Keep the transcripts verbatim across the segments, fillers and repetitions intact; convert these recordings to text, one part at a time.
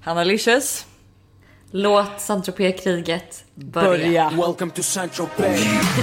Hanna-Licious. Låt Saint-Tropez-kriget börja. börja. Welcome to Saint-Tropez.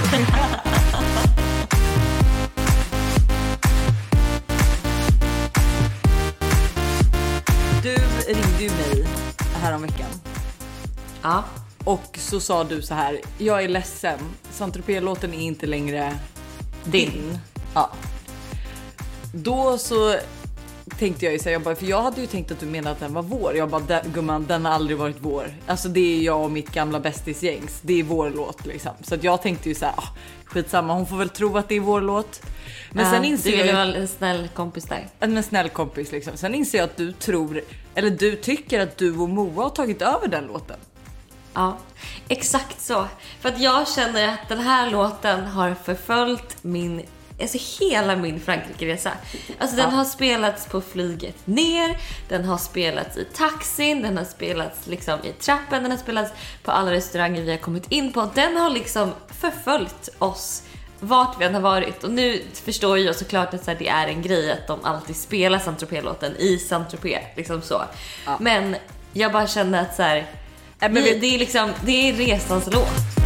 Du ringde ju mig här om veckan. Ja. Och så sa du så här: jag är ledsen, Saint-Tropez-låten är inte längre din. Ja. Då så tänkte jag ju säga, jag bara, för jag hade ju tänkt att du menade att den var vår. Jag bara, gumman, den har aldrig varit vår. Alltså det är jag och mitt gamla bästisgängs. Det är vår låt liksom. Så att jag tänkte ju så här, ah, skitsamma, hon får väl tro att det är vår låt. Men ja, sen inser du jag vill ju, vara en snäll kompis där. en snäll kompis liksom. Sen inser jag att du tror, eller du tycker att du och Moa har tagit över den låten. Ja, exakt så. För att jag känner att den här låten har förföljt min, alltså hela min Frankrike-resa. Alltså den Ja. har spelats på flyget ner, den har spelats i taxin, den har spelats liksom i trappen, den har spelats på alla restauranger vi har kommit in på. Den har liksom förföljt oss vart vi än har varit. Och nu förstår jag såklart att så här, det är en grej att de alltid spelar Saint-Tropez-låten i Saint-Tropez, liksom så. Ja. Men jag bara känner att så här, men det, vi- det är liksom, det är resans låt.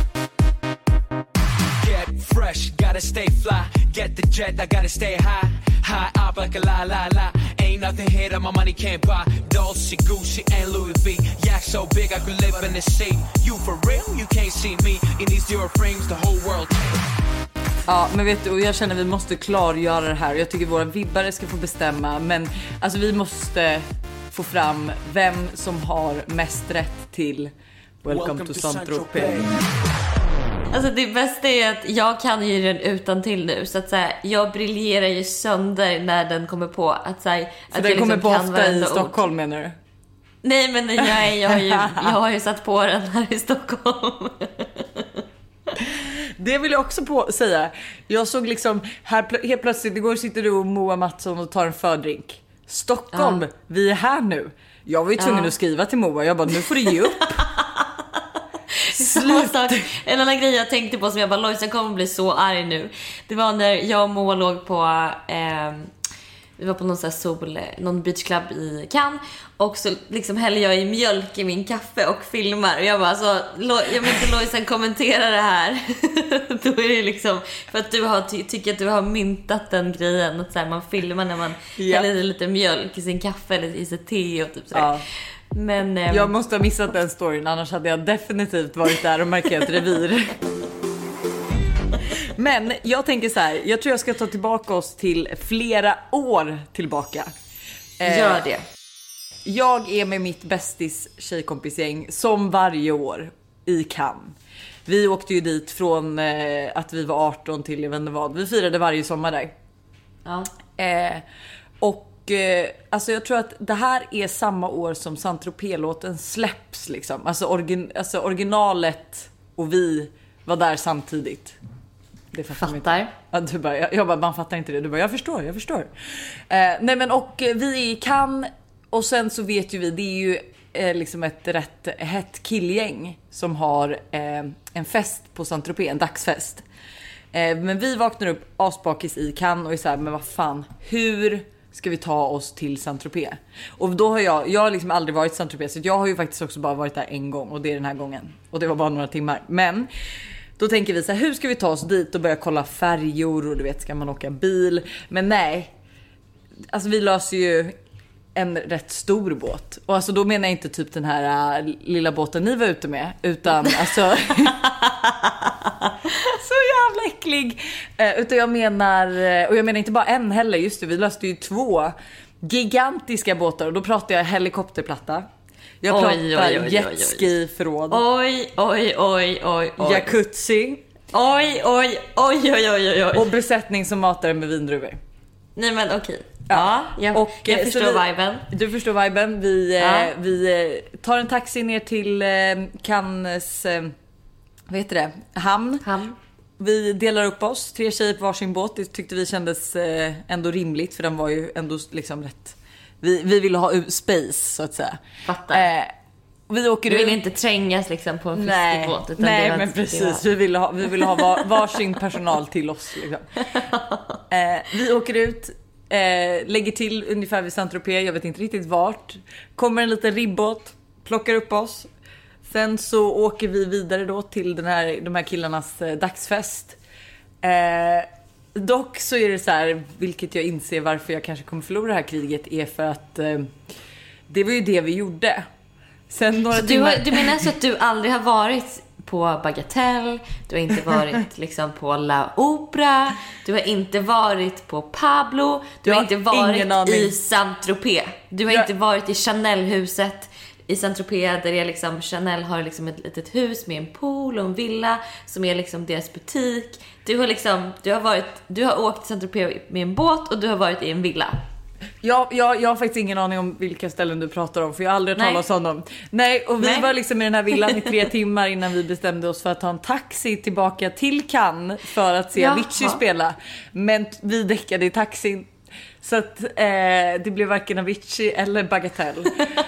Get fresh, gotta stay fly. Get the jet, I gotta stay high. High up like a la la la. Ain't nothing here that my money can't buy. Dolce, Gucci, and Louis V. Yak so big I could live in the sea. You for real? You can't see me. In these zero frames, the whole world. Ja, men vet du, och jag känner att vi måste klargöra det här. Jag tycker våra vibbare ska få bestämma. Men alltså vi måste få fram vem som har mest rätt till Welcome, Welcome to to Saint-Tropez. Saint-Tropez. Alltså det bästa är att jag kan ju den utan till nu. Så att så här, jag briljerar ju sönder när den kommer på att så här, Så att den jag kommer liksom på kan ofta i varenda ord. Stockholm, menar du? Nej, men jag, är, jag, har ju, jag har ju satt på den här i Stockholm. Det vill jag också på säga. Jag såg liksom här pl- helt plötsligt igår sitter du och Moa Mattsson och tar en fördrink. Stockholm, Ja. vi är här nu. Jag var ju tvungen Ja. att skriva till Moa. Jag bara, nu får du ge upp. Samma sak. En annan grej jag tänkte på som jag bara, Lojsan kommer bli så arg nu. Det var när jag och Moa låg på eh, vi var på någon sån här sol, någon beachclub i Cannes. Och så liksom häller jag i mjölk i min kaffe och filmar. Och jag bara, alltså, Lo- jag vill inte Lojsan kommentera det här. Då är det liksom, för att du har, ty- tycker att du har myntat den grejen. Att så här, man filmar när man Ja. häller i lite mjölk i sin kaffe eller i sitt te och typ sådär. Ja. Men ehm, Jag måste ha missat den storyn, annars hade jag definitivt varit där och markerat revir. Men jag tänker så här, jag tror jag ska ta tillbaka oss till flera år tillbaka. Eh, gör det. Jag är med mitt bästis tjejkompisgäng som varje år i Cannes. Vi åkte ju dit från eh, att vi var arton till jag vet inte vad. Vi firade varje sommar där. Ja. Eh, och eh, alltså jag tror att det här är samma år som Saint-Tropez-låten släpps liksom. Alltså, origin, alltså originalet och vi var där samtidigt. Det fattar man Fattar. inte. Ja, du bara, jag, jag bara, man fattar inte det. Du bara, jag förstår, jag förstår. Eh, nej men och eh, vi är i Cannes. Och sen så vet ju vi, det är ju eh, liksom ett rätt hett killgäng som har eh, en fest på Saint-Tropez, en dagsfest. Eh, men vi vaknar upp asbakis i Cannes och är så här, men vad fan, hur ska vi ta oss till Saint-Tropez? Och då har jag, jag har liksom aldrig varit i Saint-Tropez, så jag har ju faktiskt också bara varit där en gång och det är den här gången. Och det var bara några timmar. Men då tänker vi så här, hur ska vi ta oss dit och börja kolla färjor och du vet, ska man åka bil? Men nej, alltså vi löser ju en rätt stor båt. Och alltså då menar jag inte typ den här uh, lilla båten ni var ute med, utan alltså så jävla äcklig. Uh, utan jag menar, uh, och jag menar inte bara en heller, just det, vi löste ju två gigantiska båtar och då pratar jag helikopterplatta. Jag Oj, pratar oj, oj, oj, oj. jetski-förråd, Oj, oj, oj, oj, oj. jacuzzi Oj, oj, oj, oj, oj, oj, oj. och besättning som matar med vindruvor. Nej men okej. Ja. Ja, jag, Och, jag eh, så förstår vi- viben. Du förstår viben. Vi, Ja. eh, vi eh, tar en taxi ner till eh, Cannes, eh, vad heter det? Hamn. Han. Vi delar upp oss, tre tjejer på varsin båt. Det tyckte vi kändes eh, ändå rimligt, för den var ju ändå liksom rätt. Vi, vi ville ha u- space så att säga. Fattar. Eh, vi åker Du vill ut. inte trängas liksom på en Nej, fiskebåt. utan det nej var men inte- det precis. var- Vi ville ha, vi ville ha var, varsin personal till oss liksom. eh, Vi åker ut Eh, lägger till ungefär vid Saint-Tropez, jag vet inte riktigt vart. Kommer en liten ribbåt, plockar upp oss. Sen så åker vi vidare då till den här, de här killarnas eh, dagsfest. Eh, dock så är det så här, vilket jag inser varför jag kanske kommer förlora det här kriget, är för att eh, det var ju det vi gjorde. Sen några du, timmar... har, du menar så att du aldrig har varit på Bagatelle, du har inte varit liksom på La Opera, du har inte varit på Pablo, du har inte varit i Saint-Tropez, du har jag... inte varit i Chanel-huset i Saint-Tropez, där det är liksom, Chanel har liksom ett litet hus med en pool och en villa som är liksom deras butik. Du har liksom, du har varit, du har åkt till Saint-Tropez med en båt och du har varit i en villa. Jag, jag, jag har faktiskt ingen aning om vilka ställen du pratar om, för jag har aldrig hört talas om dem. Nej, och vi Nej. var liksom i den här villan i tre timmar innan vi bestämde oss för att ta en taxi tillbaka till Cannes för att se Avicii spela. Men vi däckade i taxin, så att eh, det blev varken Avicii eller Bagatelle.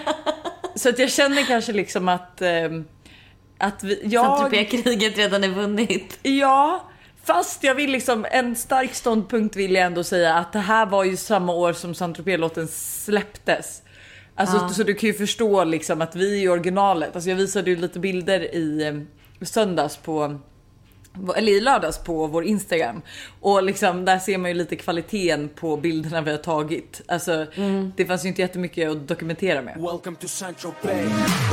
Så att jag känner kanske liksom att eh, att vi, jag... Saint-Tropez-kriget redan är vunnit. Ja, fast jag vill liksom, en stark ståndpunkt vill jag ändå säga att det här var ju samma år som Saint-Tropez-låten släpptes. Alltså, ja. Så du kan ju förstå liksom att vi är originalet. Alltså jag visade ju lite bilder i eh, söndags på, eller i lördags på vår Instagram. Och liksom, där ser man ju lite kvaliteten på bilderna vi har tagit. Alltså, mm. det fanns ju inte jättemycket att dokumentera med. Welcome to Saint-Tropez.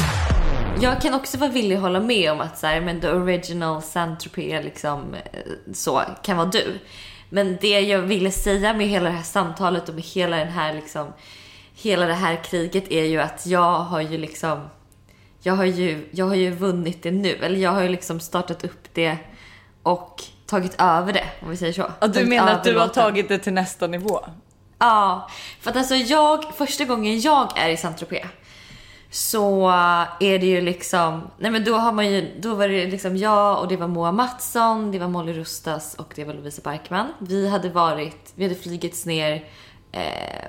Jag kan också vara villig att hålla med om att så här, men the original Saint-Tropez liksom, så kan vara du. Men det jag ville säga med hela det här samtalet och med hela den här liksom, hela det här kriget är ju att jag har ju liksom jag har ju, jag har ju vunnit det nu. Eller jag har ju liksom startat upp det och tagit över det, om vi säger så. Och du menar att du har tagit det till nästa nivå? Ja, för att alltså jag, första gången jag är i Saint-Tropez så är det ju liksom, nej men då har man ju, då var det liksom jag och det var Moa Mattsson, det var Molly Rustas och det var Lovisa Barkman. Vi hade varit, vi hade flygits ner eh,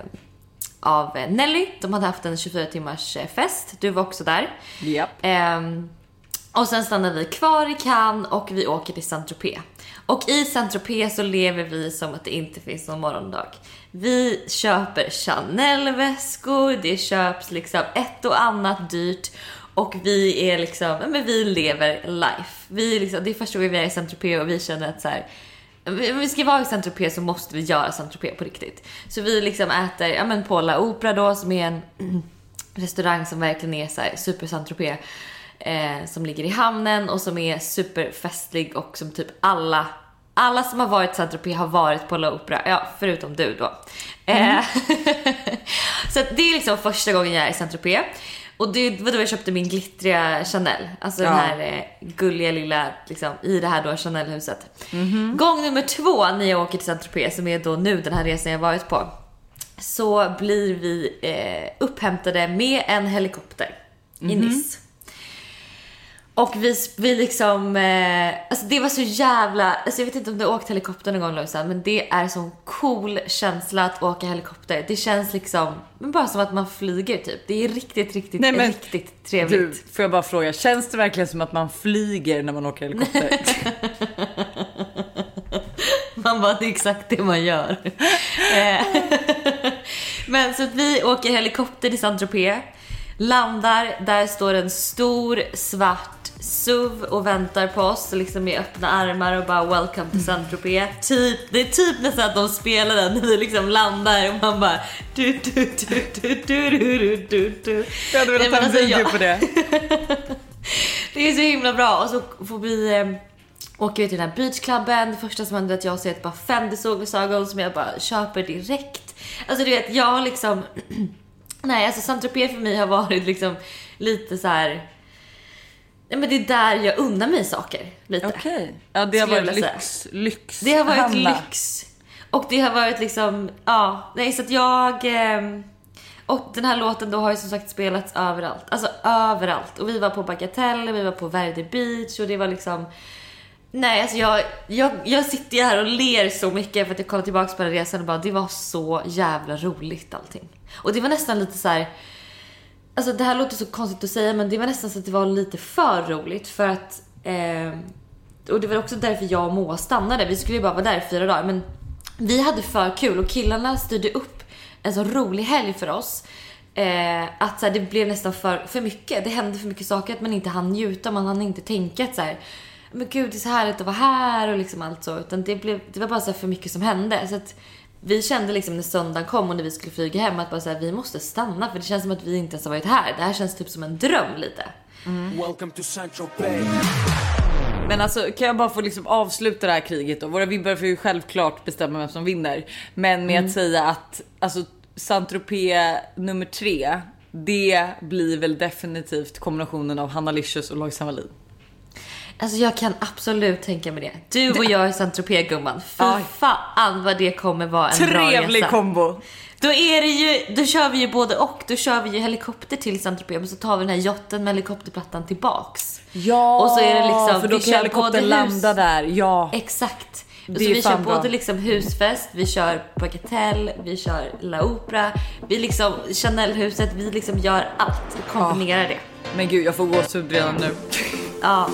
av Nelly. De hade haft en tjugofyra timmars fest. Du var också där. Yep. Eh, och sen stannar vi kvar i Cannes och vi åker till Saint-Tropez. Och i Saint-Tropez så lever vi som att det inte finns någon morgondag. Vi köper Chanel-väskor, det köps liksom ett och annat dyrt. Och vi är liksom, men vi lever life. Vi är liksom, det är första gången vi är i Saint-Tropez och vi känner att så här, om vi ska vara i Saint-Tropez så måste vi göra Saint-Tropez på riktigt. Så vi liksom äter, ja men på La Opera då, som är en restaurang som verkligen är så här super Saint-Tropez. Eh, som ligger i hamnen och som är superfestlig och som typ alla alla som har varit i Saint-Tropez har varit på La Opera, ja, förutom du då. Mm. Eh, så att det är liksom första gången jag är i Saint-Tropez. Och det var då jag köpte min glittriga Chanel. Alltså ja. Den här eh, gulliga lilla liksom, i det här då Chanel-huset. Mm-hmm. Gång nummer två när jag åker till Saint-Tropez, som är då nu den här resan jag varit på, så blir vi eh, upphämtade med en helikopter mm-hmm. i Nice. Och vi, vi liksom, eh, alltså det var så jävla, alltså jag vet inte om du har åkt helikopter någon gång Lojsan, men det är sån cool känsla att åka helikopter. Det känns liksom, men bara som att man flyger typ. Det är riktigt, riktigt, Nej, men, riktigt trevligt. Du, får jag bara fråga, känns det verkligen som att man flyger när man åker helikopter? Man bara, det är exakt det man gör. Men så att vi åker helikopter till Saint-Tropez. Landar, där står en stor svart S U V och väntar på oss liksom med öppna armar och bara welcome to Saint-Tropez. Typ, det är typ nästan att de spelar den när vi liksom landar och man bara du, du, du, du, du, du, du, du. Jag hade velat ta en video på det. Det är så himla bra. Och så får vi eh, åker vi till den här beachklubben. Det första som händer är att jag ser ett par Fendi solglasögon som jag bara köper direkt. Alltså du vet, jag liksom nej, alltså Saint-Tropez för mig har varit liksom lite så här. Nej, men det är där jag undrar mig saker lite. Okej. Okay. Ja, det har varit lyx, lyx. Det har varit Hanna. lyx. Och det har varit liksom, ja, nej så att jag eh, och den här låten då har ju som sagt spelats överallt. Alltså överallt. Och vi var på Bagatelle, vi var på Verde Beach och det var liksom, nej alltså jag, jag, jag sitter här och ler så mycket för att jag kollar tillbaka på den resan och bara, det var så jävla roligt allting. Och det var nästan lite så här, alltså det här låter så konstigt att säga, men det var nästan så att det var lite för roligt för att eh, och det var också därför jag och Moa stannade. Vi skulle ju bara vara där i fyra dagar, men vi hade för kul och killarna styrde upp en så rolig helg för oss. Eh, att så här, det blev nästan för, för mycket. Det hände för mycket saker att man inte hann njuta. Man hann inte tänka att så här, men gud det är så härligt att vara här och liksom allt så. Utan det, blev, det var bara så här för mycket som hände. Så att vi kände liksom när söndagen kom och när vi skulle flyga hem att bara så här, vi måste stanna. För det känns som att vi inte ens har varit här. Det här känns typ som en dröm lite. Mm. Welcome to Central Bay. Men alltså kan jag bara få liksom avsluta det här kriget då? Våra vibbar får ju självklart bestämma vem som vinner. Men med mm. att säga att alltså Saint-Tropez nummer tre, det blir väl definitivt kombinationen av Hanna Licious och Lojsan Wallin. Alltså jag kan absolut tänka mig det. Du och jag är Saint-Tropez gumman. Fy fan vad det kommer vara en bra resa. Trevlig kombo. Då är det ju, då kör vi ju både och. Då kör vi ju helikopter till Saint-Tropez, men så tar vi den här jotten med helikopterplattan tillbaks. Ja, och så är det liksom, för då kan helikoptern landa där. Ja. Exakt. Det så vi kör bra. både liksom husfest, vi kör Bagatelle, vi kör La Opera, vi liksom Chanel-huset, vi liksom gör allt, vi kombinerar ja. det. Men gud, jag får gåshud redan nu. Ja.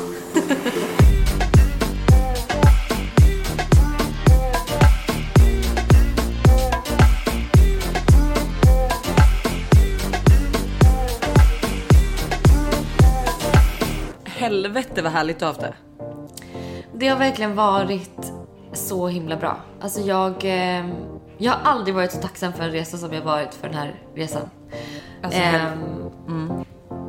Helvete vad härligt att ha haft det. Det har verkligen varit så himla bra. Alltså jag, eh, jag har aldrig varit så tacksam för en resa som jag varit för den här resan. Alltså, eh, mm.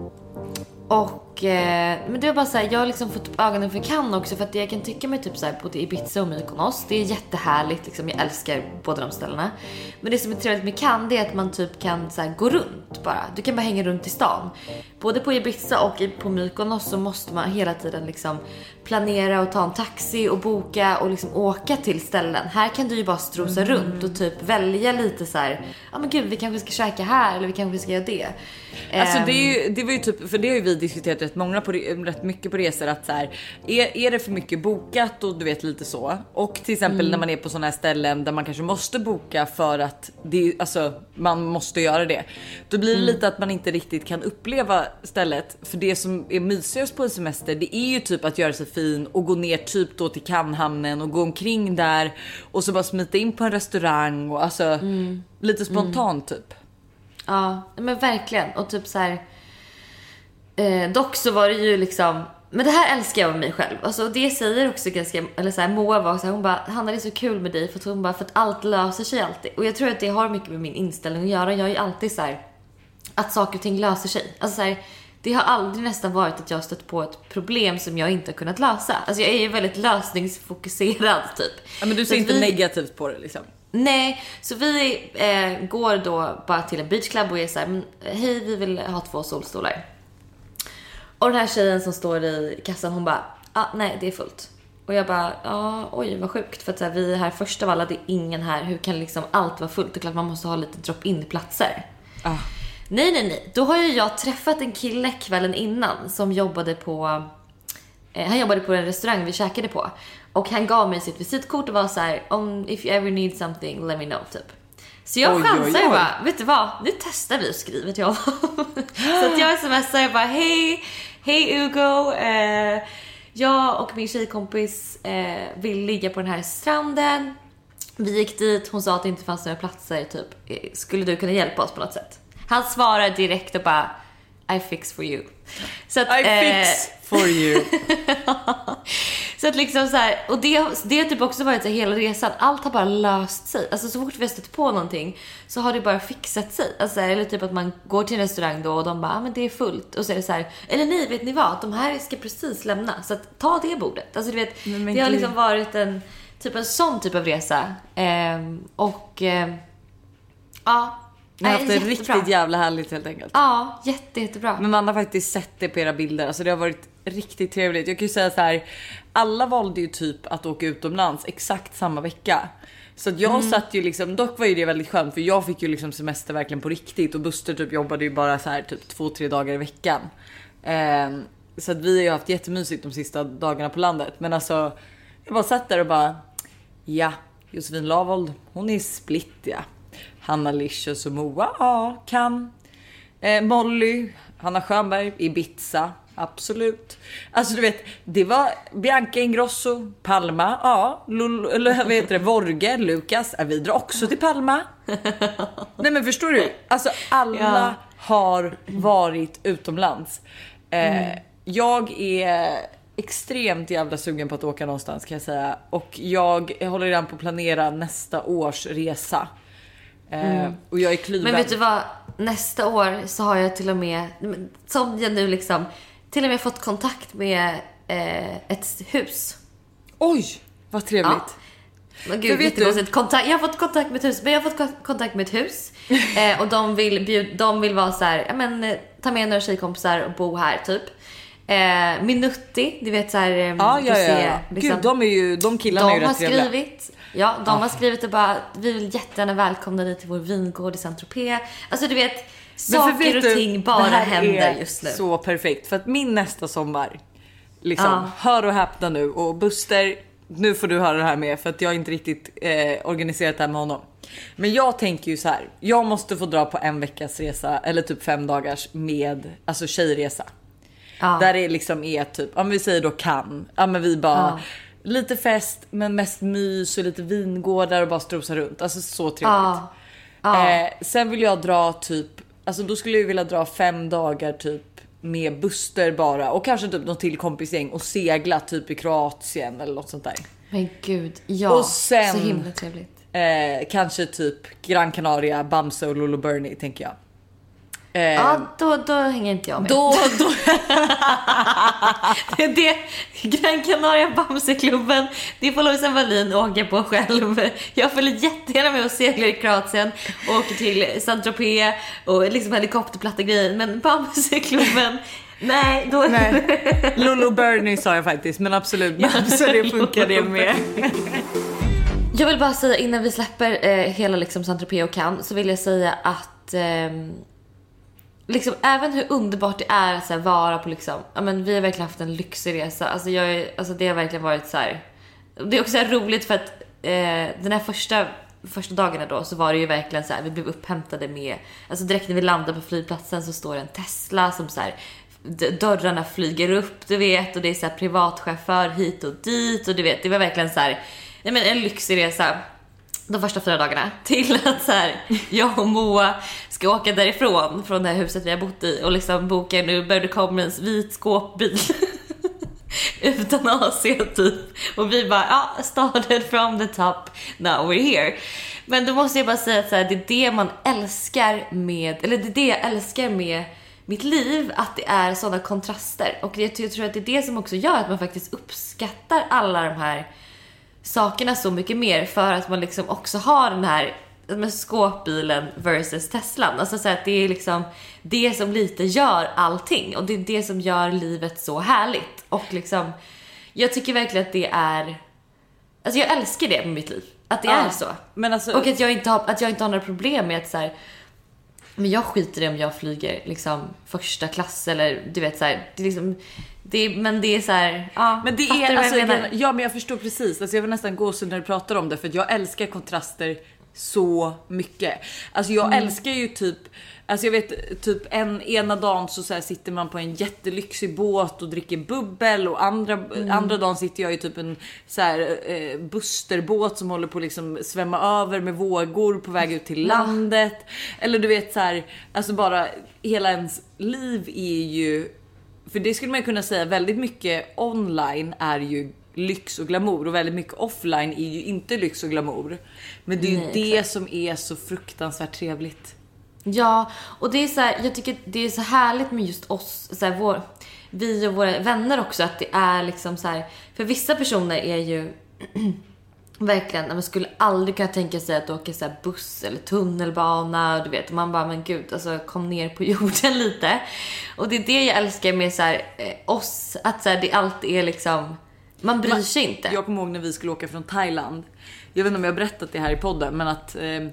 Och eh, men det var bara så här, jag har liksom fått upp ögonen för Cannes också, för att jag kan tycka mig typ så här, både Ibiza och Mykonos, det är jättehärligt liksom, jag älskar båda de ställena. Men det som är trevligt med Cannes, det är att man typ kan så här, gå runt bara. Du kan bara hänga runt i stan. Både på Ibiza och på Mykonos så måste man hela tiden liksom planera och ta en taxi och boka och liksom åka till ställen. Här kan du ju bara strosa mm. runt och typ välja lite så här, ja men gud, vi kanske ska käka här eller vi kanske ska göra det. Alltså det är ju, det var ju typ, för det har ju vi diskuterat rätt många på rätt mycket på resor, att så här, är, är det för mycket bokat och du vet lite så, och till exempel mm. när man är på såna här ställen där man kanske måste boka för att det, alltså man måste göra det, då blir det mm. lite att man inte riktigt kan uppleva stället. För det som är mysigast på en semester, det är ju typ att göra sig fin och gå ner typ då till Canneshamnen och gå omkring där och så bara smita in på en restaurang och alltså mm. lite spontant mm. typ. Ja, men verkligen. Och typ så här, eh, dock så var det ju liksom, men det här älskar jag med mig själv. Alltså det säger också ganska, eller så här, Moa var så här, hon bara, Hanna det är så kul med dig, för att hon bara, för att allt löser sig alltid. Och jag tror att det har mycket med min inställning att göra. Jag är ju alltid så här, att saker och ting löser sig. Alltså så här, det har aldrig nästan varit att jag har stött på ett problem som jag inte har kunnat lösa. Alltså jag är ju väldigt lösningsfokuserad typ. Ja, men du ser inte vi... negativt på det liksom. Nej, så vi eh, går då bara till en beachclub och är så här, hej, vi vill ha två solstolar. Och den här tjejen som står i kassan, hon bara, ah, nej det är fullt. Och jag bara, ja, oj vad sjukt, för att så här, vi är här först av alla, det är ingen här, hur kan liksom allt vara fullt? Det är klart man måste ha lite drop-in platser. Ah. Nej, nej, nej, då har ju jag träffat en kille kvällen innan som jobbade på, eh, han jobbade på en restaurang vi käkade på. Och han gav mig sitt visitkort och var så här, om if you ever need something, let me know typ. Så jag oj, chansar oj, oj. bara, vet du vad? Nu testar vi och skriver till honom. Så att jag smsar och bara, hej, hej Hugo. Eh, jag och min tjejkompis eh, vill ligga på den här stranden. Vi gick dit, hon sa att det inte fanns några platser typ. Skulle du kunna hjälpa oss på något sätt? Han svarar direkt och bara, I fix for you. Så att, I eh, fix for you. Så att liksom så här, och det, det har typ också varit så här, hela resan, allt har bara löst sig. Alltså så fort vi har stött på någonting så har det bara fixat sig. Alltså, eller typ att man går till en restaurang då och de bara, ah, men det är fullt. Och så är det så här, eller nej, vet ni vad? De här ska precis lämna. Så att ta det bordet. Alltså du vet, men, men det har gud. liksom varit en typ en sån typ av resa. Ehm, och eh, ja. Ni har haft det riktigt jävla härligt helt enkelt. Ja, jätte, jättebra. Men man har faktiskt sett det på era bilder. Alltså det har varit riktigt trevligt. Jag kan ju säga så här, alla valde ju typ att åka utomlands exakt samma vecka. Så att jag mm. satt ju liksom, dock var ju det väldigt skönt, för jag fick ju liksom semester verkligen på riktigt. Och Buster typ jobbade ju bara så här typ två, tre dagar i veckan. Ehm, så att vi har ju haft jättemysigt de sista dagarna på landet. Men alltså, jag bara satt där och bara, ja, Josefin Lavold, hon är split, ja. Hanna Licious och Moa, ja, kan. Eh, Molly, Hanna Schönberg, Ibiza. Absolut. Alltså du vet, det var Bianca Ingrosso, Palma, ja, Lul, eller vad heter det, Vorge, Lukas, är vi drar också till Palma. Nej men förstår du? Alltså alla ja. har varit utomlands. Eh, mm. Jag är extremt jävla sugen på att åka någonstans kan jag säga. Och jag håller redan på att planera nästa års resa. Eh, mm. Och jag är kluven. Men vet du vad? Nästa år så har jag till och med, som jag nu liksom, till och med fått kontakt med eh, ett hus. Oj, vad trevligt. Ja. Men gud, vet du? Kontakt, jag har fått kontakt med ett hus, men jag har fått kontakt med ett hus. eh, och de vill, bjud, de vill vara så här, ja men ta med några tjejkompisar och bo här typ. Eh, Minutti, du vet så här. Eh, ja, ja, ja. Se, liksom, gud, de är ju, de killarna de är ju rätt trevliga. Skrivit, ja, de ah. har skrivit och bara, vi vill jättegärna välkomna dig till vår vingård i Saint-Tropez. Alltså du vet, saker och ting bara händer just nu. Så perfekt, för att min nästa sommar liksom, ah. hör och häpna nu. Och Buster, nu får du höra det här med, för att jag inte riktigt eh, organiserat det här med honom. Men jag tänker ju så här, jag måste få dra på en veckas resa, eller typ fem dagars med, alltså tjejresa. Ah. Där det liksom är typ, om vi säger då kan, ja men vi bara ah. lite fest, men mest mys och lite vingårdar och bara strosa runt. Alltså så trevligt. Ah. Ah. Eh, sen vill jag dra typ, alltså då skulle jag vilja dra fem dagar typ med Buster bara. Och kanske typ någon till kompisgäng och segla typ i Kroatien eller något sånt där. Men gud, ja. Och sen, så himla trevligt. Eh, kanske typ Gran Canaria, Bamse och Lolo Bernie tänker jag. Eh, ja, då, då hänger inte jag med. Då, då. det, det, Gran Canaria Bamseklubben, det får Lojsan Wallin åka på själv. Jag följer jättegärna med och seglar i Kroatien och åker till Saint-Tropez och liksom helikopterplatta grejer. Men Bamseklubben, nej, då... nej. Lolo Bernie sa jag faktiskt, men absolut, ja, så det funkar det med. Jag vill bara säga innan vi släpper eh, hela liksom Saint-Tropez och Cannes, så vill jag säga att eh, liksom, även hur underbart det är att så här, vara på liksom, ja men vi har verkligen haft en lyxig resa. Alltså, jag är, alltså det har verkligen varit så här. Det är också så här roligt för att eh, den här första första dagarna då så var det ju verkligen så här, vi blev upphämtade med, alltså direkt när vi landade på flygplatsen så står det en Tesla som så här, dörrarna flyger upp, du vet, och det är så här privatchaufför hit och dit, och du vet, det var verkligen så här, nej men en lyxig resa de första fyra dagarna, till att så här, jag och Moa ska åka därifrån från det här huset vi har bott i och liksom boka en Uber, det kommer en vit skåpbil utan A C typ, och vi bara, ja, started from the top, now we're here. Men då måste jag bara säga att så här, det är det man älskar med, eller det är det jag älskar med mitt liv, att det är sådana kontraster, och jag, jag tror att det är det som också gör att man faktiskt uppskattar alla de här sakerna så mycket mer, för att man liksom också har den här med skåpbilen versus Teslan. Alltså så att det är liksom det som lite gör allting, och det är det som gör livet så härligt. Och liksom jag tycker verkligen att det är, alltså jag älskar det med mitt liv, att det ja, är så. Men alltså, och att jag inte har att jag inte har några problem med att så här, men jag skiter i om jag flyger liksom första klass eller du vet så här, det är liksom det, men det är så här, ja, men det är alltså, jag, ja, men jag förstår precis. Alltså jag vill nästan gå så när du pratar om det, för att jag älskar kontraster så mycket. Alltså jag mm. älskar ju typ, alltså jag vet typ en ena dagen så, så här, sitter man på en jättelyxig båt och dricker bubbel, och andra mm. andra dagen sitter jag i typ en så här eh, Busterbåt som håller på att liksom svämma över med vågor på väg ut till landet. Ja. Eller du vet så här, alltså bara hela ens liv är ju, för det skulle man kunna säga, väldigt mycket online är ju lyx och glamour, och väldigt mycket offline är ju inte lyx och glamour. Men det är ju Nej, det exakt. som är så fruktansvärt trevligt. Ja, och det är så här, jag tycker det är så härligt med just oss, så här, vår, vi och våra vänner också, att det är liksom så här, för vissa personer är ju verkligen, man skulle aldrig kunna tänka sig att åka så här buss eller tunnelbana, och du vet, man bara, men gud, alltså kom ner på jorden lite. Och det är det jag älskar med så här, eh, oss, att så här, det alltid är liksom, man bryr man, sig inte. Jag kommer ihåg när vi skulle åka från Thailand, jag vet inte om jag har berättat det här i podden, men att eh,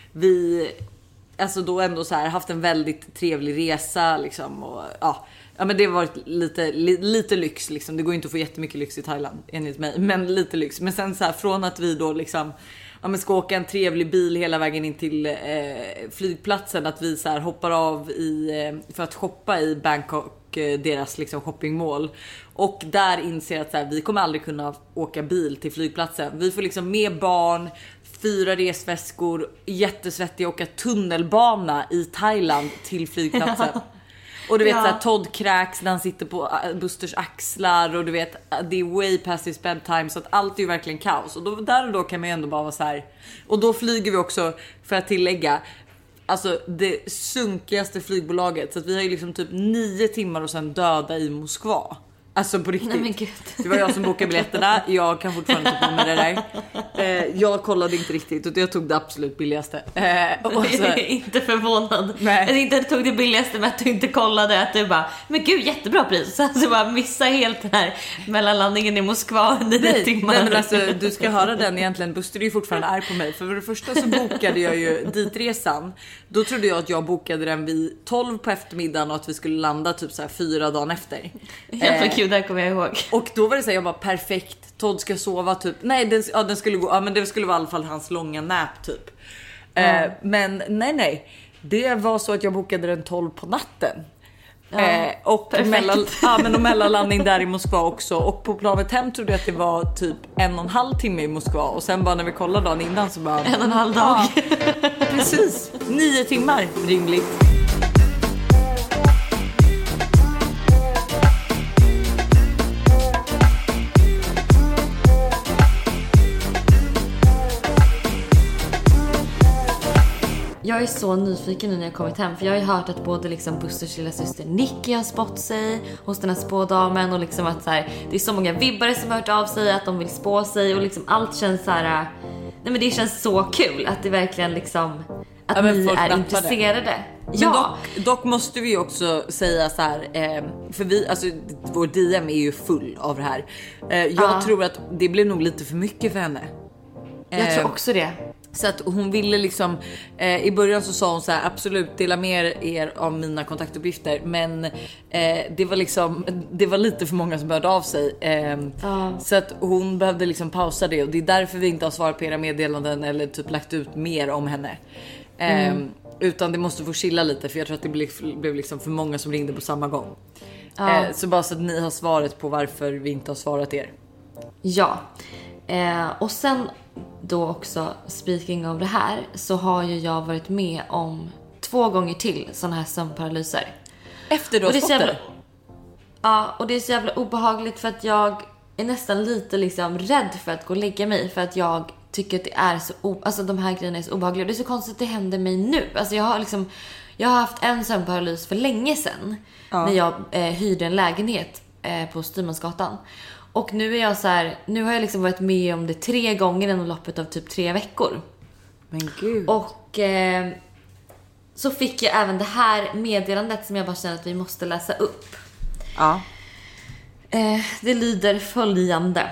vi alltså då ändå så här haft en väldigt trevlig resa liksom, och ja, ja men det har varit lite li, lite lyx liksom. Det går ju inte att få jättemycket lyx i Thailand enligt mig, men lite lyx. Men sen så här, från att vi då liksom, ja men ska åka en trevlig bil hela vägen in till eh, flygplatsen, att vi så här hoppar av i eh, för att shoppa i Bangkok och eh, deras liksom shoppingmål. Och där inser att så här, vi kommer aldrig kunna åka bil till flygplatsen. Vi får liksom med barn, fyra resväskor, jättesvettiga, åka tunnelbana i Thailand till flygplatsen. Och du vet ja. så här, Todd kräks när han sitter på Busters axlar och du vet det är way past his bedtime, så att allt är ju verkligen kaos. Och då, där och då kan man ju ändå bara vara så här. Och då flyger vi också, för att tillägga, alltså det sunkigaste flygbolaget, så att vi har ju liksom typ nio timmar och sen döda i Moskva. Alltså på riktigt. Nej, men Gud. Det var jag som bokade biljetterna. Jag kan fortfarande inte på med det där. Eh, jag kollade inte riktigt och jag tog det absolut billigaste. Eh, och så... Jag är inte förvånad. Nej. Jag inte tog det billigaste med att du inte kollade. Att du bara, men gud, jättebra pris. Så alltså bara missa helt den här mellanlandningen i Moskva under nio timmar. Nej, men alltså, du ska höra den egentligen. Buster är ju fortfarande arg på mig. För, för det första så bokade jag ju ditresan. Då trodde jag att jag bokade den vid tolv på eftermiddagen och att vi skulle landa typ så här fyra dagar efter. Eh, Gud, där kommer jag ihåg. Och då var det så här, jag bara perfekt. Todd ska sova typ. Nej, den, ja, den skulle gå. Ja, men det skulle vara i alla fall hans långa nap typ. Mm. Eh, men nej, nej. Det var så att jag bokade den tolv på natten. Ja, eh, och mellan, ja, men och mellanlandning där i Moskva också. Och på planet hem trodde jag att det var typ en och en halv timme i Moskva. Och sen bara när vi kollade dagen innan så bara en och en halv dag. Ja, precis. Nio timmar rimligt. Jag är så nyfiken nu när jag kommit hem. För jag har ju hört att både liksom Busters lilla syster Nicky har spått sig hos den här spådamen. Och liksom att så här, det är så många vibbare som har hört av sig att de vill spå sig. Och liksom allt känns så här. Nej, men det känns så kul att det verkligen liksom, att ja, ni är intresserade. Ja. Dock, dock måste vi också säga så här, eh, för vi, alltså vår D M är ju full av det här. Eh, jag ja. tror att det blev nog lite för mycket för henne. Jag tror också det. Så att hon ville liksom eh, i början så sa hon så här, absolut dela med er av mina kontaktuppgifter, men eh, det var liksom det var lite för många som började av sig eh, uh. så att hon behövde liksom pausa det, och det är därför vi inte har svarat på era meddelanden eller typ lagt ut mer om henne. Eh, mm. Utan det måste få chilla lite, för jag tror att det blev, blev liksom för många som ringde på samma gång. Uh. Eh, så bara så att ni har svaret på varför vi inte har svarat er. Ja. Eh, och sen då också, speaking of det här, så har ju jag varit med om två gånger till såna här sömnparalyser. Efter du har fått det? Ja, och det är så jävla obehagligt, för att jag är nästan lite liksom rädd för att gå och lägga mig, för att jag tycker att det är så o- alltså de här grejerna är så obehagliga. Det är så konstigt att det händer mig nu. Alltså jag har liksom jag har haft en sömnparalys för länge sedan, ja. när jag eh, hyrde en lägenhet eh, på Styrmansgatan. Och nu är jag så här, nu har jag liksom varit med om det tre gånger inom loppet av typ tre veckor. Men gud. Och eh, så fick jag även det här meddelandet som jag bara känner att vi måste läsa upp. Ja. Eh, det lyder följande.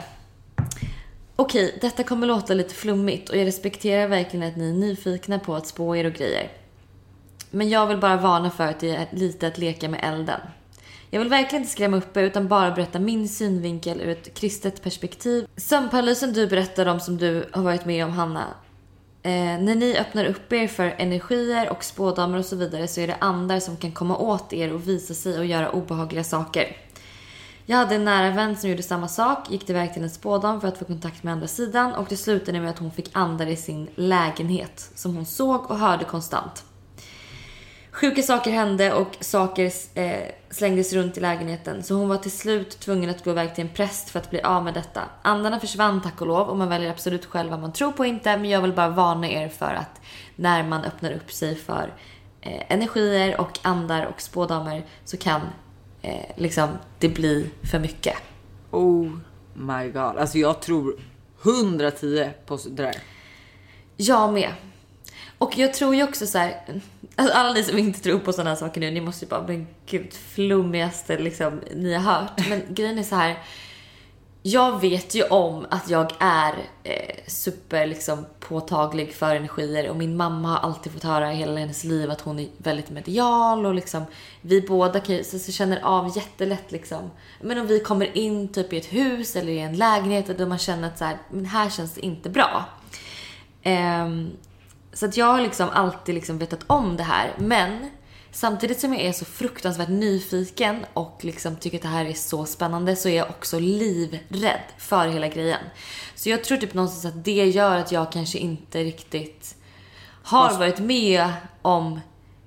Okej, detta kommer låta lite flummigt och jag respekterar verkligen att ni är nyfikna på att spå er och grejer. Men jag vill bara varna för att det är lite att leka med elden. Jag vill verkligen inte skrämma upp er, utan bara berätta min synvinkel ur ett kristet perspektiv. Sömnparalysen du berättar om, som du har varit med om, Hanna. Eh, när ni öppnar upp er för energier och spådamer och så vidare, så är det andar som kan komma åt er och visa sig och göra obehagliga saker. Jag hade en nära vän som gjorde samma sak, gick tillväg till en spådam för att få kontakt med andra sidan, och det slutade med att hon fick andar i sin lägenhet som hon såg och hörde konstant. Sjuka saker hände och saker eh, slängdes runt i lägenheten, så hon var till slut tvungen att gå iväg till en präst för att bli av med detta. Andarna försvann, tack och lov, och man väljer absolut själv vad man tror på inte, men jag vill bara varna er för att när man öppnar upp sig för eh, energier och andar och spådamer, så kan eh, liksom det bli för mycket. Oh my god, alltså jag tror hundratio på det där. Jag med. Och jag tror ju också så här, alltså alla ni som inte tror på sådana här saker nu, ni måste ju bara, men gud, flummigaste liksom ni har hört. Men grejen är så här, jag vet ju om att jag är eh, super liksom påtaglig för energier, och min mamma har alltid fått höra hela hennes liv att hon är väldigt medial, och liksom vi båda kan ju, så, så känner av jättelätt liksom. Men om vi kommer in typ i ett hus eller i en lägenhet där man känner att så här, men här känns det inte bra. Ehm Så att jag har liksom alltid liksom vetat om det här. Men samtidigt som jag är så fruktansvärt nyfiken och liksom tycker att det här är så spännande, så är jag också livrädd för hela grejen. Så jag tror typ någonstans att det gör att jag kanske inte riktigt har varit med om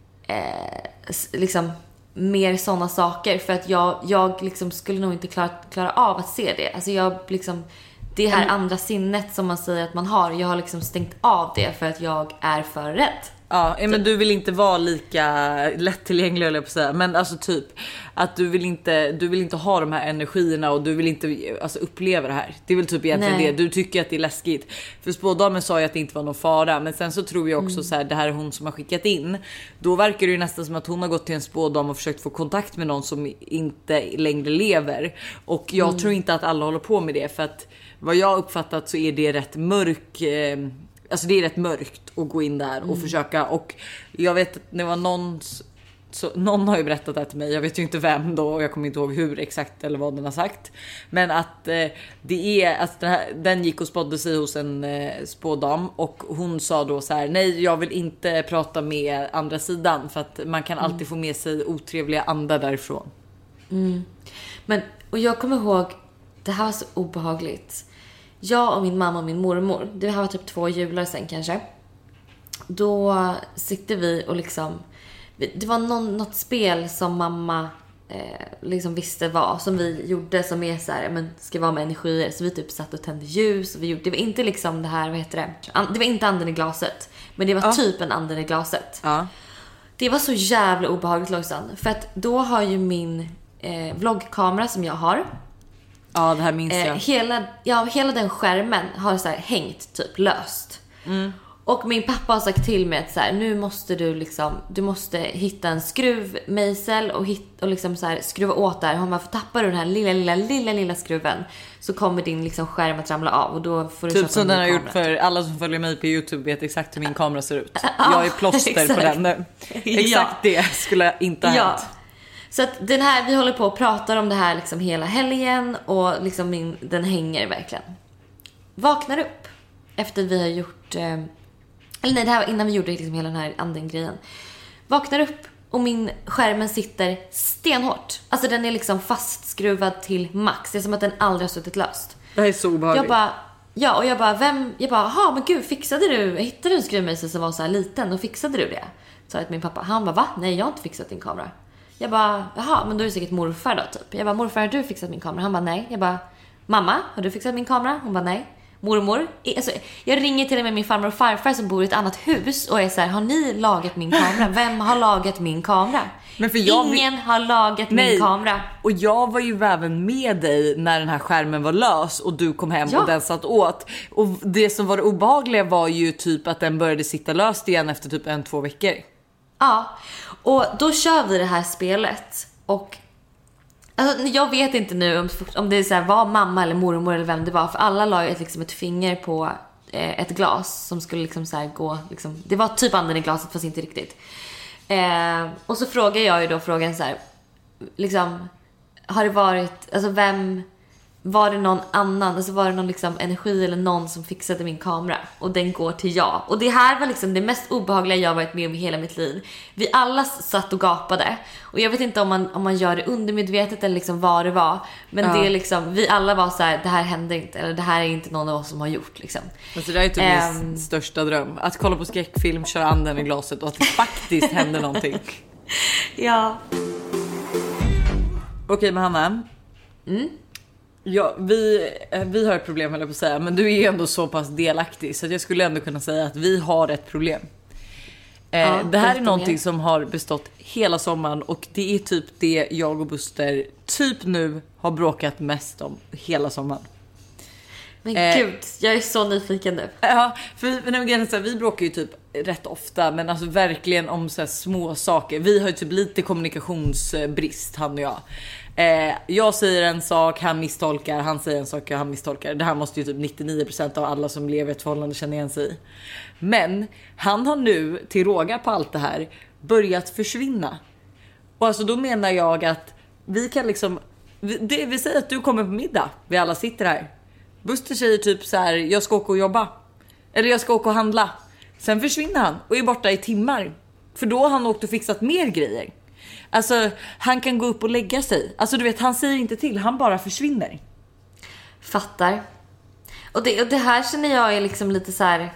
eh, liksom mer sådana saker, för att jag, jag liksom skulle nog inte klara, klara av att se det. Alltså jag liksom, det här andra sinnet som man säger att man har, jag har liksom stängt av det för att jag är för rädd. Ja, men du vill inte vara lika lättillgänglig, eller på att säga. Men alltså typ att du vill inte du vill inte ha de här energierna, och du vill inte alltså uppleva det här. Det är väl typ egentligen Nej. det. Du tycker att det är läskigt. För spådamen sa ju att det inte var någon fara, men sen så tror jag också mm. så här, det här är hon som har skickat in. Då verkar det ju nästan som att hon har gått till en spådam och försökt få kontakt med någon som inte längre lever. Och jag mm. tror inte att alla håller på med det, för att vad jag uppfattat så är det rätt mörk eh, Alltså det är rätt mörkt att gå in där och mm. försöka. Och jag vet att det var någon, så, någon har ju berättat det till mig. Jag vet ju inte vem då, och jag kommer inte ihåg hur exakt eller vad den har sagt. Men att eh, det är att den, här, den gick och spådde sig hos en eh, spådam. Och hon sa då så här: nej, jag vill inte prata med andra sidan, för att man kan alltid mm. få med sig otrevliga andar därifrån. Mm. Men, och jag kommer ihåg, det här var så obehagligt. Jag och min mamma och min mormor, det här var typ två jular sen kanske. Då sitter vi och liksom, det var någon, något spel som mamma eh, liksom visste vad, som vi gjorde, som är så här, men ska vara med energier. Så vi typ satt och tände ljus, och vi gjorde, det var inte liksom det här, vad heter det? Det var inte anden i glaset, men det var ja. typ en anden i glaset. Ja. Det var så jävla obehagligt, Lojsan. För att då har ju min eh, vloggkamera som jag har, ja, det här minns jag. Eh, hela, ja, hela den skärmen har så här hängt typ löst. Mm. Och min pappa har sagt till mig att så här, nu måste du liksom, du måste hitta en skruvmejsel och, hit, och liksom så här, skruva åt där. Om man får tappa den här lilla, lilla, lilla, lilla skruven, så kommer din liksom skärm att ramla av, och då får du typ som den har gjort. För alla som följer mig på YouTube vet exakt hur min kamera ser ut. Jag är plåster på den nu. Exakt ja. Det skulle jag inte ha ja. hänt. Så att den här, vi håller på och pratar om det här liksom hela helgen, och liksom min, den hänger verkligen. Vaknar upp efter vi har gjort, eh, eller nej, det här var innan vi gjorde liksom hela den här anden grejen. Vaknar upp och min skärmen sitter stenhårt. Alltså den är liksom fastskruvad till max. Det är som att den aldrig har suttit löst. Det här är så obehagligt. Jag bara, ja, och jag bara, vem, jag bara, ha men gud, fixade du, hittade du en skruvmejsel som var så här liten, och fixade du det? Så jag till min pappa, han bara, va? Nej, jag har inte fixat din kamera. Jag bara, jaha, men då är det säkert morfar då typ. Jag bara, morfar, har du fixat min kamera? Han bara, nej. Jag bara, mamma, har du fixat min kamera? Hon bara, nej. Mormor, alltså, jag ringer till och med min farmor och farfar som bor i ett annat hus och är så här, har ni lagat min kamera? Vem har lagat min kamera? Men för jag Ingen har lagat nej. min kamera. Och jag var ju även med dig när den här skärmen var lös och du kom hem ja. och den satt åt. Och det som var det obehagliga var ju typ att den började sitta löst igen efter typ en, två veckor. Ja, och då kör vi det här spelet. Och alltså, jag vet inte nu om, om det är så här, var mamma eller mormor eller vem det var. För alla la ju ett, liksom, ett finger på eh, ett glas som skulle liksom så här gå liksom, det var typ anden i glaset fast inte riktigt. eh, Och så frågar jag ju då frågan så här, liksom, har det varit, alltså vem, var det någon annan, alltså var det någon liksom energi eller någon som fixade min kamera? Och den går till jag. Och det här var liksom det mest obehagliga jag varit med om i hela mitt liv. Vi alla satt och gapade. Och jag vet inte om man, om man gör det undermedvetet eller liksom vad det var. Men ja. det är liksom, vi alla var så här, det här händer inte. Eller det här är inte någon av oss som har gjort liksom. Alltså det är typ um, min största dröm. Att kolla på skräckfilm, köra anden i glaset och att det faktiskt händer någonting. Ja. Okej, men Hanna. Mm. Ja, vi, vi har ett problem, eller på att säga, men du är ju ändå så pass delaktig så att jag skulle ändå kunna säga att vi har ett problem. Ja, eh, det här är någonting som har bestått hela sommaren och det är typ det jag och Buster typ nu har bråkat mest om hela sommaren. Men eh, gud, jag är så nyfiken nu. Ja, för så här, vi bråkar ju typ rätt ofta, men alltså verkligen om så här små saker. Vi har ju typ lite kommunikationsbrist, han och jag. Eh, jag säger en sak, han misstolkar. Han säger en sak, han misstolkar. Det här måste ju typ nittionio procent av alla som lever i ett förhållande känna igen sig i. Men han har nu till råga på allt det här börjat försvinna. Och alltså då menar jag att vi kan liksom vi, det, vi säger att du kommer på middag. Vi alla sitter här. Buster säger typ så här: jag ska åka och jobba. Eller jag ska åka och handla. Sen försvinner han och är borta i timmar. För då har han åkt och fixat mer grejer. Alltså han kan gå upp och lägga sig. Alltså du vet, han säger inte till, han bara försvinner. Fattar. Och det, och det här känner jag är liksom lite så här.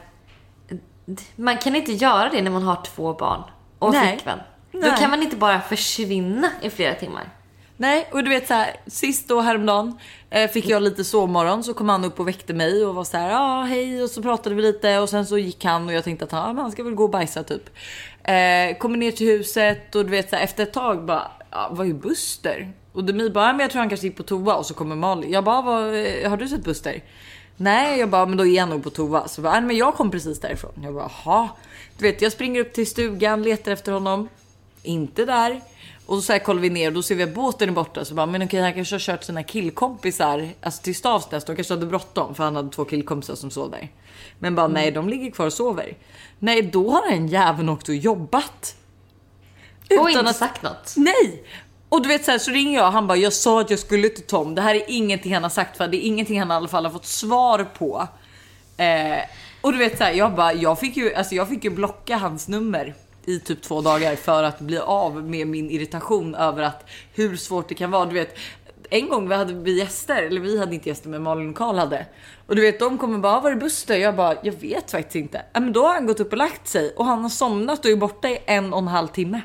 Man kan inte göra det när man har två barn och Nej. flickvän. Nej. Då kan man inte bara försvinna i flera timmar. Nej, och du vet så här, sist då häromdagen eh, fick jag lite sovmorgon, så kom han upp och väckte mig och var så här, ja ah, hej, och så pratade vi lite och sen så gick han och jag tänkte att han, ah, han ska väl gå och bajsa typ. Eh, kommer ner till huset och du vet så här, efter ett tag bara, ah, vad är Buster? Och Demi bara, men jag tror han kanske gick på toa, och så kommer Malin. Jag bara, vad, har du sett Buster? Nej, jag bara, men då är han nog på toa. Så bara, men jag kom precis därifrån. Jag bara, jaha. Du vet, jag springer upp till stugan, letar efter honom. Inte där. Och så här kollar vi ner och då ser vi att båten är borta. Så bara, men okej, han kanske har kört sina killkompisar, alltså till Stavsnäs. De kanske hade bråttom för han hade två killkompisar som sov där. Men bara, mm. nej, de ligger kvar och sover. Nej, då har en jäveln åkt och jobbat. Utan och inte att... sagt något. Nej. Och du vet så här, så ringer jag, han bara, jag sa att jag skulle till Tom. Det här är ingenting han har sagt, för det är ingenting han i alla fall har fått svar på. Eh, och du vet så här, jag bara, jag fick ju, alltså jag fick ju blocka hans nummer i typ två dagar för att bli av med min irritation över att hur svårt det kan vara. Du vet, en gång vi hade vi gäster, eller vi hade inte gäster, men Malin och Karl hade. Och du vet, de kommer bara, var är Buster? Jag bara, jag vet faktiskt inte. Ja, men då har han gått upp och lagt sig och han har somnat och är borta i en och en halv timme.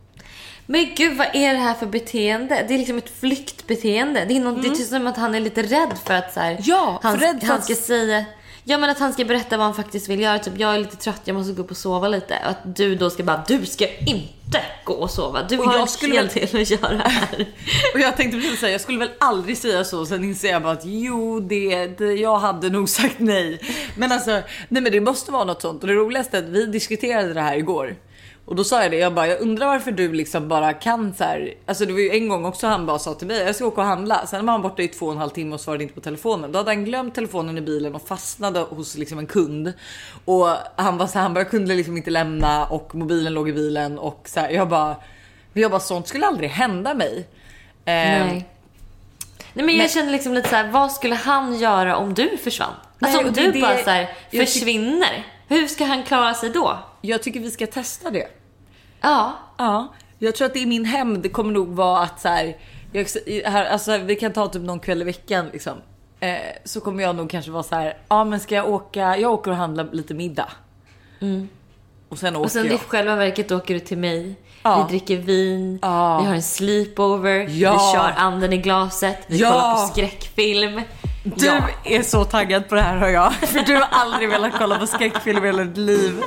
Men gud, vad är det här för beteende? Det är liksom ett flyktbeteende. Det är, något, mm. det är typ som att han är lite rädd för att så här, ja, han, rädd för han att... ska säga, ja, men att han ska berätta vad han faktiskt vill göra. Typ, jag är lite trött, jag måste gå upp och sova lite. Att du då ska bara, du ska inte gå och sova. Du och har jag skulle väl till att göra här. Och jag tänkte precis säga, jag skulle väl aldrig säga så. Sen inser jag bara att jo, det, det jag hade nog sagt nej. Men alltså, nej, men det måste vara något sånt. Och det roligaste är att vi diskuterade det här igår. Och då sa jag det, jag bara, jag undrar varför du liksom bara kan så här. Alltså det var ju en gång också han bara sa till mig, jag ska åka och handla. Sen var han borta i två och en halv timme och svarade inte på telefonen. Då hade han glömt telefonen i bilen och fastnade hos liksom en kund. Och han var så här, han bara kunde liksom inte lämna och mobilen låg i bilen. Och så här, jag bara, jag bara, sånt skulle aldrig hända mig. Nej. Nej, men jag men, känner liksom lite så här, vad skulle han göra om du försvann? Alltså nej, om du det, bara så här, försvinner, hur ska han klara sig då? Jag tycker vi ska testa det. Ja. Ja, jag tror att det är min hem. Det kommer nog vara att så här, jag, här alltså, vi kan ta typ någon kväll i veckan liksom. Eh, så kommer jag nog kanske vara så här, ja men ska jag åka, jag åker och handla lite middag. Mm. Och sen åker och sen jag. I själva verket åker du till mig. Ja. Vi dricker vin. Ja. Vi har en sleepover. Ja. Vi kör anden i glaset. Vi ja. kollar på skräckfilm. Du ja. är så taggad på det här, hör jag. För du har aldrig velat kolla på skräckfilm i hela ditt liv.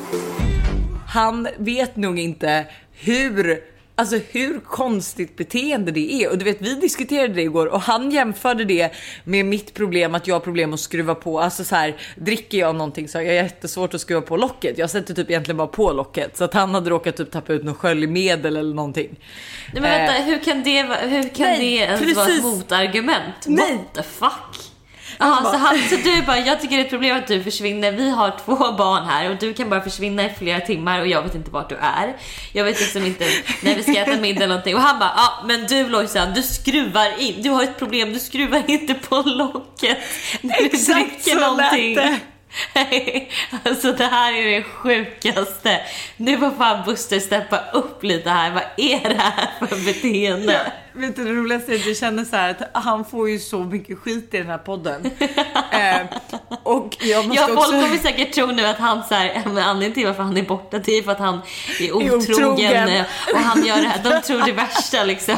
Han vet nog inte hur, alltså hur konstigt beteende det är. Och du vet, vi diskuterade det igår och han jämförde det med mitt problem, att jag har problem att skruva på. Alltså så här, dricker jag någonting så har jag jättesvårt att skruva på locket. Jag sätter typ egentligen bara på locket. Så att han hade råkat typ tappa ut någon sköljmedel eller någonting. Nej, men vänta, eh, hur kan det, hur kan nej, det ens precis. vara ett motargument? Nej. What the fuck? Aha, så, han, så du bara, jag tycker det är ett problem att du försvinner. Vi har två barn här och du kan bara försvinna i flera timmar och jag vet inte vart du är. Jag vet liksom inte när vi ska äta middag eller någonting. Och han bara, ja ah, men du Lojsan, du skruvar in. Du har ett problem, du skruvar inte på locket. Du exakt så någonting. Lät det. Nej, alltså det här är det sjukaste. Nu får fan Buster steppa upp lite här. Vad är det här för beteende? Ja, vet du, det roligaste är att jag känner så här att han får ju så mycket skit i den här podden. eh, och jag måste ja, också... folk kommer säkert tro nu att han så här, men anledningen till varför han är borta, det är för att han är otrogen, otrogen. Och han gör det här. De tror det värsta liksom.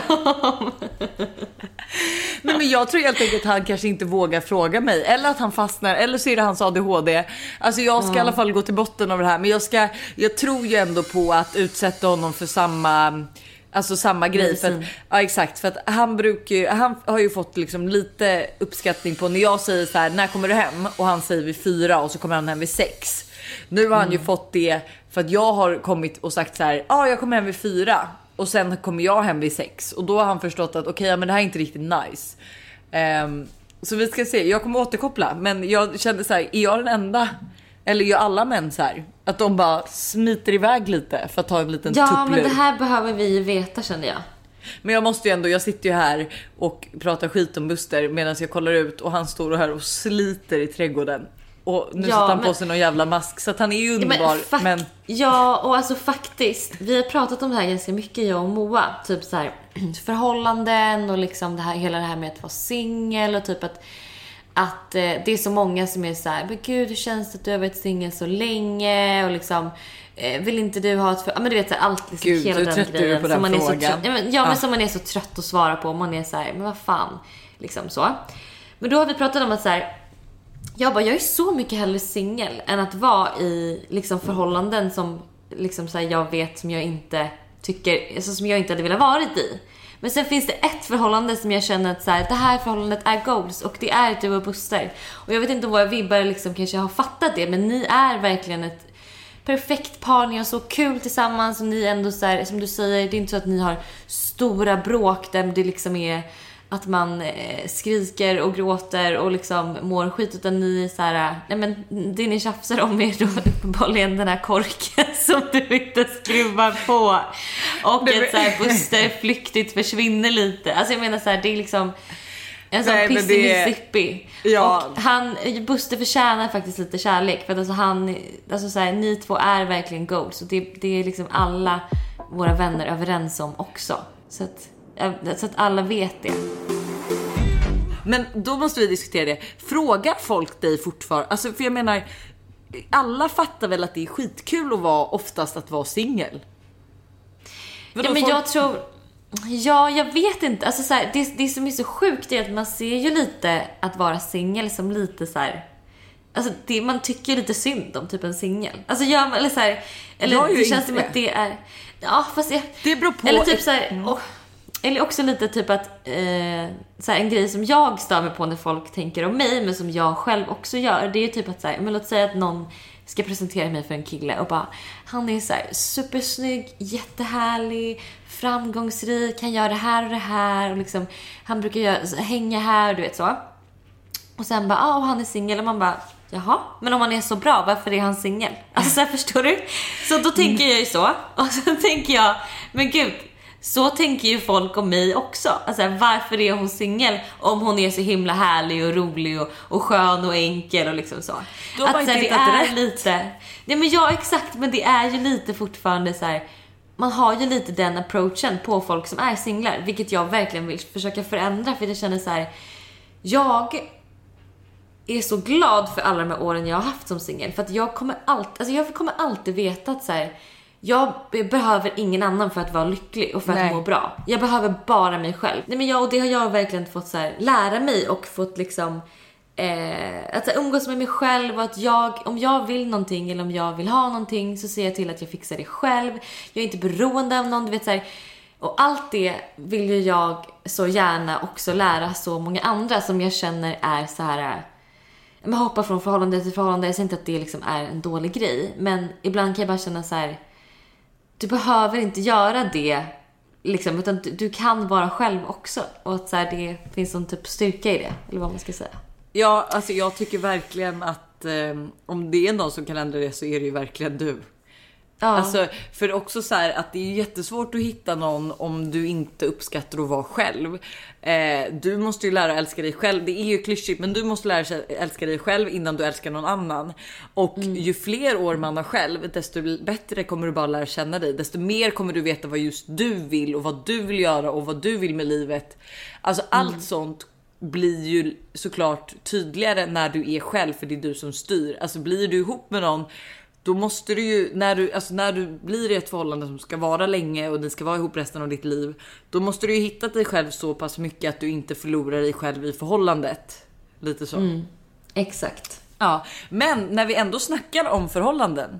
Nej, men jag tror helt enkelt att han kanske inte vågar fråga mig. Eller att han fastnar. Eller så är det hans A D H D. Alltså jag ska mm. i alla fall gå till botten av det här. Men jag, ska, jag tror ju ändå på att utsätta honom för samma... Alltså samma grej. För att, ja, exakt. För att han brukar ju, han har ju fått liksom lite uppskattning på när jag säger så här, när kommer du hem? Och han säger vid fyra och så kommer han hem vid sex. Nu har mm. han ju fått det för att jag har kommit och sagt så här, ja ah, jag kommer hem vid fyra. Och sen kommer jag hem vid sex. Och då har han förstått att okej, okay, men det här är inte riktigt nice. Um, så vi ska se, jag kommer återkoppla. Men jag kände så här, är jag den enda? Eller gör alla män så här? Att de bara smiter iväg lite för att ta en liten ja, tupplur. Ja, men det här behöver vi ju veta, känner jag. Men jag måste ju ändå, jag sitter ju här och pratar skit om Buster medan jag kollar ut och han står här och sliter i trädgården. Och nu Ja, sätter han men- på sig någon jävla mask. Så att han är ju underbar. Ja, men, men, fak- ja, och alltså faktiskt, vi har pratat om det här ganska mycket, jag och Moa. Typ så här, förhållanden och liksom det här, hela det här med att vara singel och typ att, att eh, det är så många som är så här, men gud, hur känns det att du har varit singel så länge? Och liksom, eh, vill inte du ha ett för... Ja, men du vet så här, allt liksom, Gud, hela hur den trött är du grejen på som den man är så frågan? trött, ja, men, ja, Ja. men som man är så trött att svara på. Man är så här, men vad fan, liksom så. Men då har vi pratat om att så här, jag bara, jag är så mycket hellre singel än att vara i liksom förhållanden som liksom så här, jag vet som jag inte tycker, alltså som jag inte hade velat varit i. Men sen finns det ett förhållande som jag känner att så här, det här förhållandet är goals och det är du och Buster. Och jag vet inte om våra vibbar liksom kanske har fattat det, men ni är verkligen ett perfekt par, ni har så kul tillsammans och ni är ändå så här, som du säger, det är inte så att ni har stora bråk där det liksom är att man eh, skriker och gråter och liksom mår skit, utan ni är så här, nej men det ni tjafsar om är då uppenbarligen den här korken som du inte skruvar på och Det- att så här Buster flyktigt försvinner lite. Alltså jag menar så här, det är liksom en sån Nej, men pissig det- Mississippi. Ja. Och han, Buster förtjänar faktiskt lite kärlek, för att alltså han, alltså så här, ni två är verkligen goals och det, det är liksom alla våra vänner överens om också. Så att, så att alla vet det. men då måste vi diskutera det. Frågar folk dig fortfarande? Alltså, för jag menar, alla fattar väl att det är skitkul att vara, oftast att vara singel. Vadå, Ja, men folk- jag tror... Ja, jag vet inte. Alltså, så här, det, det som är så sjukt är att man ser ju lite att vara singel som lite så här... Alltså, det, man tycker lite synd om typ en singel. Alltså, gör man, eller så här... Eller Jag gör det känns inte som det. att det är... Ja, fast jag... Det beror på. Eller typ så här... Och, eller också lite typ att... Eh, så här, en grej som jag stör mig på när folk tänker om mig, men som jag själv också gör, det är ju typ att så här, men låt säga att någon ska presentera mig för en kille och bara, han är så här supersnygg, jättehärlig, framgångsrik, han gör det här och det här och liksom, han brukar göra, hänga här, du vet så. Och sen bara, ah, och han är singel, och man bara, jaha, men om han är så bra, varför är han singel? Alltså så här, förstår du? Så då tänker jag ju så. Och så tänker jag, men gud, så tänker ju folk om mig också. Alltså varför är hon singel om hon är så himla härlig och rolig och, och skön och enkel och liksom så. Då har man så här, inte det hittat är rätt. lite. Nej, men ja, exakt, men det är ju lite fortfarande så här. Man har ju lite den approachen på folk som är singlar, vilket jag verkligen vill försöka förändra, för det känner så här. Jag är så glad för alla de här åren jag har haft som singel, för att jag kommer alltid, alltså jag kommer alltid veta att så här, jag behöver ingen annan för att vara lycklig och för Nej. att må bra. Jag behöver bara mig själv. Nej, men jag, och det har jag verkligen fått så här, lära mig och fått liksom eh, att så här, umgås med mig själv, och att jag, om jag vill någonting eller om jag vill ha någonting, så ser jag till att jag fixar det själv. Jag är inte beroende av någon, du vet så här. Och allt det vill ju jag så gärna också lära så många andra som jag känner är så här. Man hoppar från förhållande till förhållande. Jag säger inte att det liksom är en dålig grej, men ibland kan jag bara känna så här. Du behöver inte göra det liksom, utan du, du kan vara själv också, och att så här, det finns en typ styrka i det, eller vad man ska säga. Ja, alltså jag tycker verkligen att eh, om det är någon som kan ändra det, så är det ju verkligen du. Ja. Alltså, för också så här att det är jättesvårt att hitta någon om du inte uppskattar att vara själv. Eh, du måste ju lära att älska dig själv. Det är ju klyschigt, men du måste lära sig älska dig själv innan du älskar någon annan. Och Mm. ju fler år man har själv, desto bättre kommer du bara lära känna dig. Desto mer kommer du veta vad just du vill och vad du vill göra och vad du vill med livet. Alltså allt Mm. sånt blir ju såklart tydligare när du är själv, för det är du som styr. Alltså blir du ihop med någon, då måste du ju, när du, alltså när du blir i ett förhållande som ska vara länge och ni ska vara ihop resten av ditt liv, då måste du ju hitta dig själv så pass mycket att du inte förlorar dig själv i förhållandet. Lite så. Mm. Exakt. Ja, men när vi ändå snackar om förhållanden,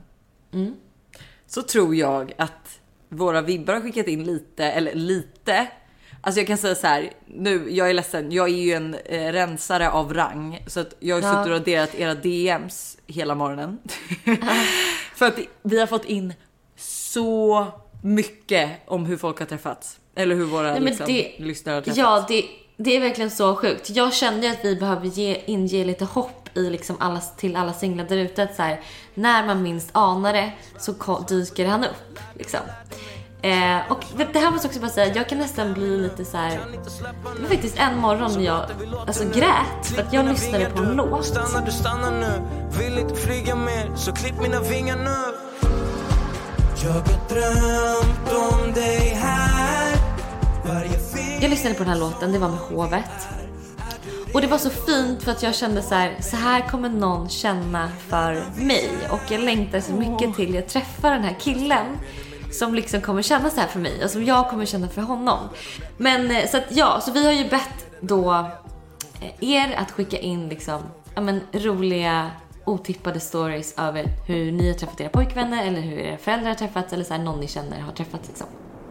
så tror jag att våra vibbar har skickat in lite, eller lite. Alltså jag kan säga så här, nu, jag är ledsen, jag är ju en eh, rensare av rang, så att jag har Ja. suttit och raderat era D Ms hela morgonen. För att vi har fått in så mycket om hur folk har träffats, eller hur våra Nej, men liksom, det- lyssnare har träffats. Ja, det, det är verkligen så sjukt. Jag kände att vi behöver ge, inge lite hopp i liksom alla, till alla singlar där ute, att så här, när man minst anar det så ko- dyker han upp liksom. Eh, och det, det här måste också bara säga, jag kan nästan bli lite så här. Det var faktiskt en morgon när jag alltså grät för att jag lyssnade på en låt. Stannar du stannar nu, vill inte flyga mer, så klipp mina vingar nu. Jag har drömt om dig här. Jag lyssnade på den här låten, det var med Hovet. Och det var så fint för att jag kände så här, så här kommer någon känna för mig. Och jag längtar så mycket till jag träffar den här killen som liksom kommer känna så här för mig och som jag kommer känna för honom. Men så att ja, så vi har ju bett då er att skicka in liksom, ja men, roliga otippade stories över hur ni har träffat era pojkvänner eller hur era föräldrar har träffats eller så här, någon ni känner har träffats liksom.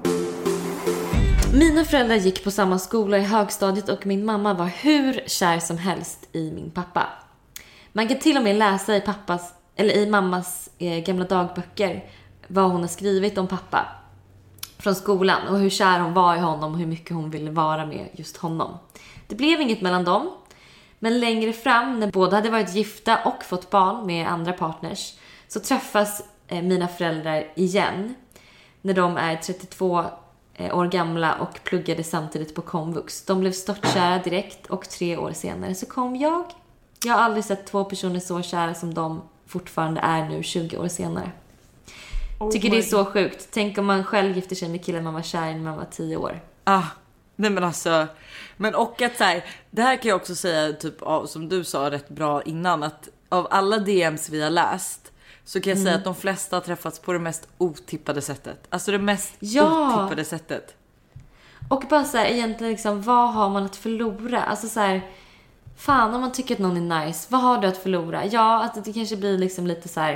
Mina föräldrar gick på samma skola i högstadiet och min mamma var hur kär som helst i min pappa. Man kan till och med läsa i pappas eller i mammas eh, gamla dagböcker vad hon har skrivit om pappa från skolan och hur kär hon var i honom och hur mycket hon ville vara med just honom. Det blev inget mellan dem, men längre fram när båda hade varit gifta och fått barn med andra partners så träffas eh, mina föräldrar igen när de är trettiotvå år gamla och pluggade samtidigt på komvux. De blev störtkära direkt och tre år senare så kom jag. Jag har aldrig sett två personer så kära som de fortfarande är nu tjugo år senare. Oh, tycker det är så sjukt. Tänk om man själv gifter sig med killen man var kär när man var tio år. Ah, nej men alltså. Men och att så här, det här kan jag också säga typ av, som du sa rätt bra innan, att av alla D M's vi har läst så kan jag mm. säga att de flesta har träffats på det mest otippade sättet. Alltså det mest ja. otippade sättet. Och bara så här, egentligen liksom, vad har man att förlora? Alltså så här, fan om man tycker att någon är nice, vad har du att förlora? Ja, att det kanske blir liksom lite så här,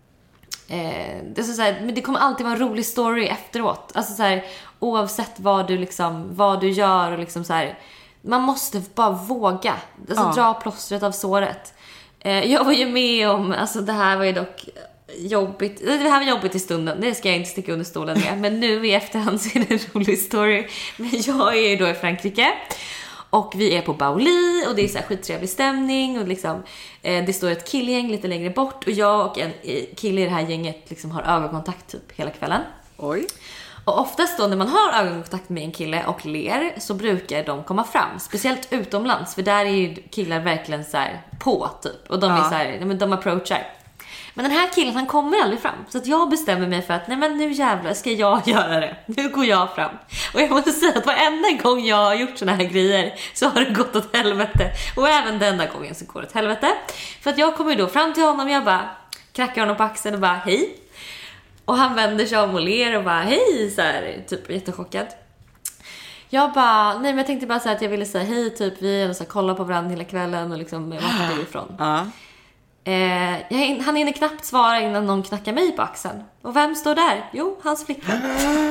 eh, det är så här, men det kommer alltid vara en rolig story efteråt. Alltså så här, oavsett vad du liksom, vad du gör och liksom så här, man måste bara våga. Alltså ja. dra plåstret av såret. Jag var ju med om, alltså det här var ju dock jobbigt. Det här var jobbigt i stunden, det ska jag inte sticka under stolen med. Men nu i efterhand så är det en rolig story. Men jag är ju då i Frankrike och vi är på Bauli och det är så här skittrevlig stämning och liksom, eh, det står ett killgäng lite längre bort och jag och en kille i det här gänget liksom har ögonkontakt typ hela kvällen. Oj. Och oftast då när man har ögonkontakt med en kille och ler så brukar de komma fram. Speciellt utomlands, för där är ju killar verkligen så här på typ. Och de ja. är så här, men de approachar. Men den här killen, han kommer aldrig fram. Så att jag bestämmer mig för att nej men nu jävlar ska jag göra det. Nu går jag fram. Och jag måste säga att varenda gång jag har gjort såna här grejer så har det gått åt helvete. Och även denna gången så går det åt helvete. För att jag kommer då fram till honom och jag bara krackar honom på axeln och bara hej. Och han vänder sig om och ler och bara hej så här, typ jättechockad. Jag bara, nej men jag tänkte bara säga att jag ville säga hej typ, vi har så här, kollat på varandra hela kvällen och liksom vart det ifrån. Ja. Eh, jag, han hinner knappt svara innan någon knackar mig på axeln. Och vem står där? Jo, hans flickvän.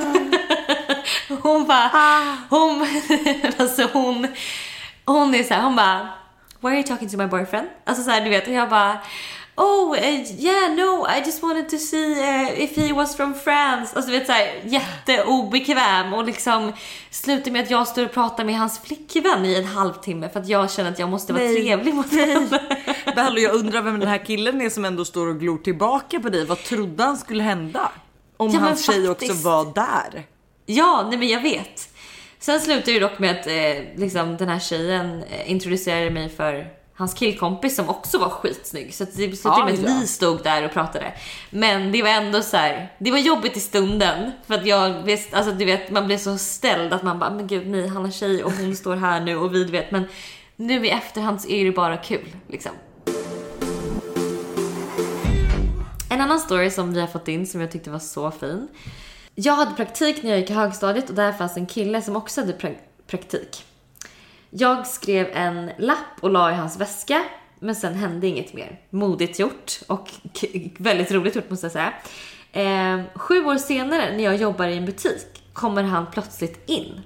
Hon bara, hon, alltså hon, hon är så här, hon bara, why are you talking to my boyfriend? Alltså så här, du vet, och jag bara, oh, uh, yeah, no, I just wanted to see uh, if he was from France. Alltså vet så här, jätteobekväm och liksom slutar med att jag står och pratar med hans flickvän i en halvtimme för att jag känner att jag måste vara Nej. trevlig mot henne. Behöver jag undrar vem den här killen är som ändå står och glor tillbaka på dig. Vad trodde han skulle hända? Om ja, hans tjej faktiskt också var där. Ja, nej men jag vet. Sen slutar ju dock med att eh, liksom, den här tjejen eh, introducerade mig för hans killkompis som också var skitsnygg. Så att det slutade med att ja. vi stod där och pratade. Men det var ändå så här, det var jobbigt i stunden. För att jag visst, alltså du vet, man blev så ställd att man bara, men gud nej, han har tjej och hon står här nu och vi vet. Men nu i efterhand så är det bara kul liksom. En annan story som vi har fått in som jag tyckte var så fin. Jag hade praktik när jag gick i högstadiet och där fanns en kille som också hade pra- praktik. Jag skrev en lapp och la i hans väska, men sen hände inget mer. Modigt gjort och k- väldigt roligt gjort måste jag säga. Eh, sju år senare när jag jobbar i en butik kommer han plötsligt in.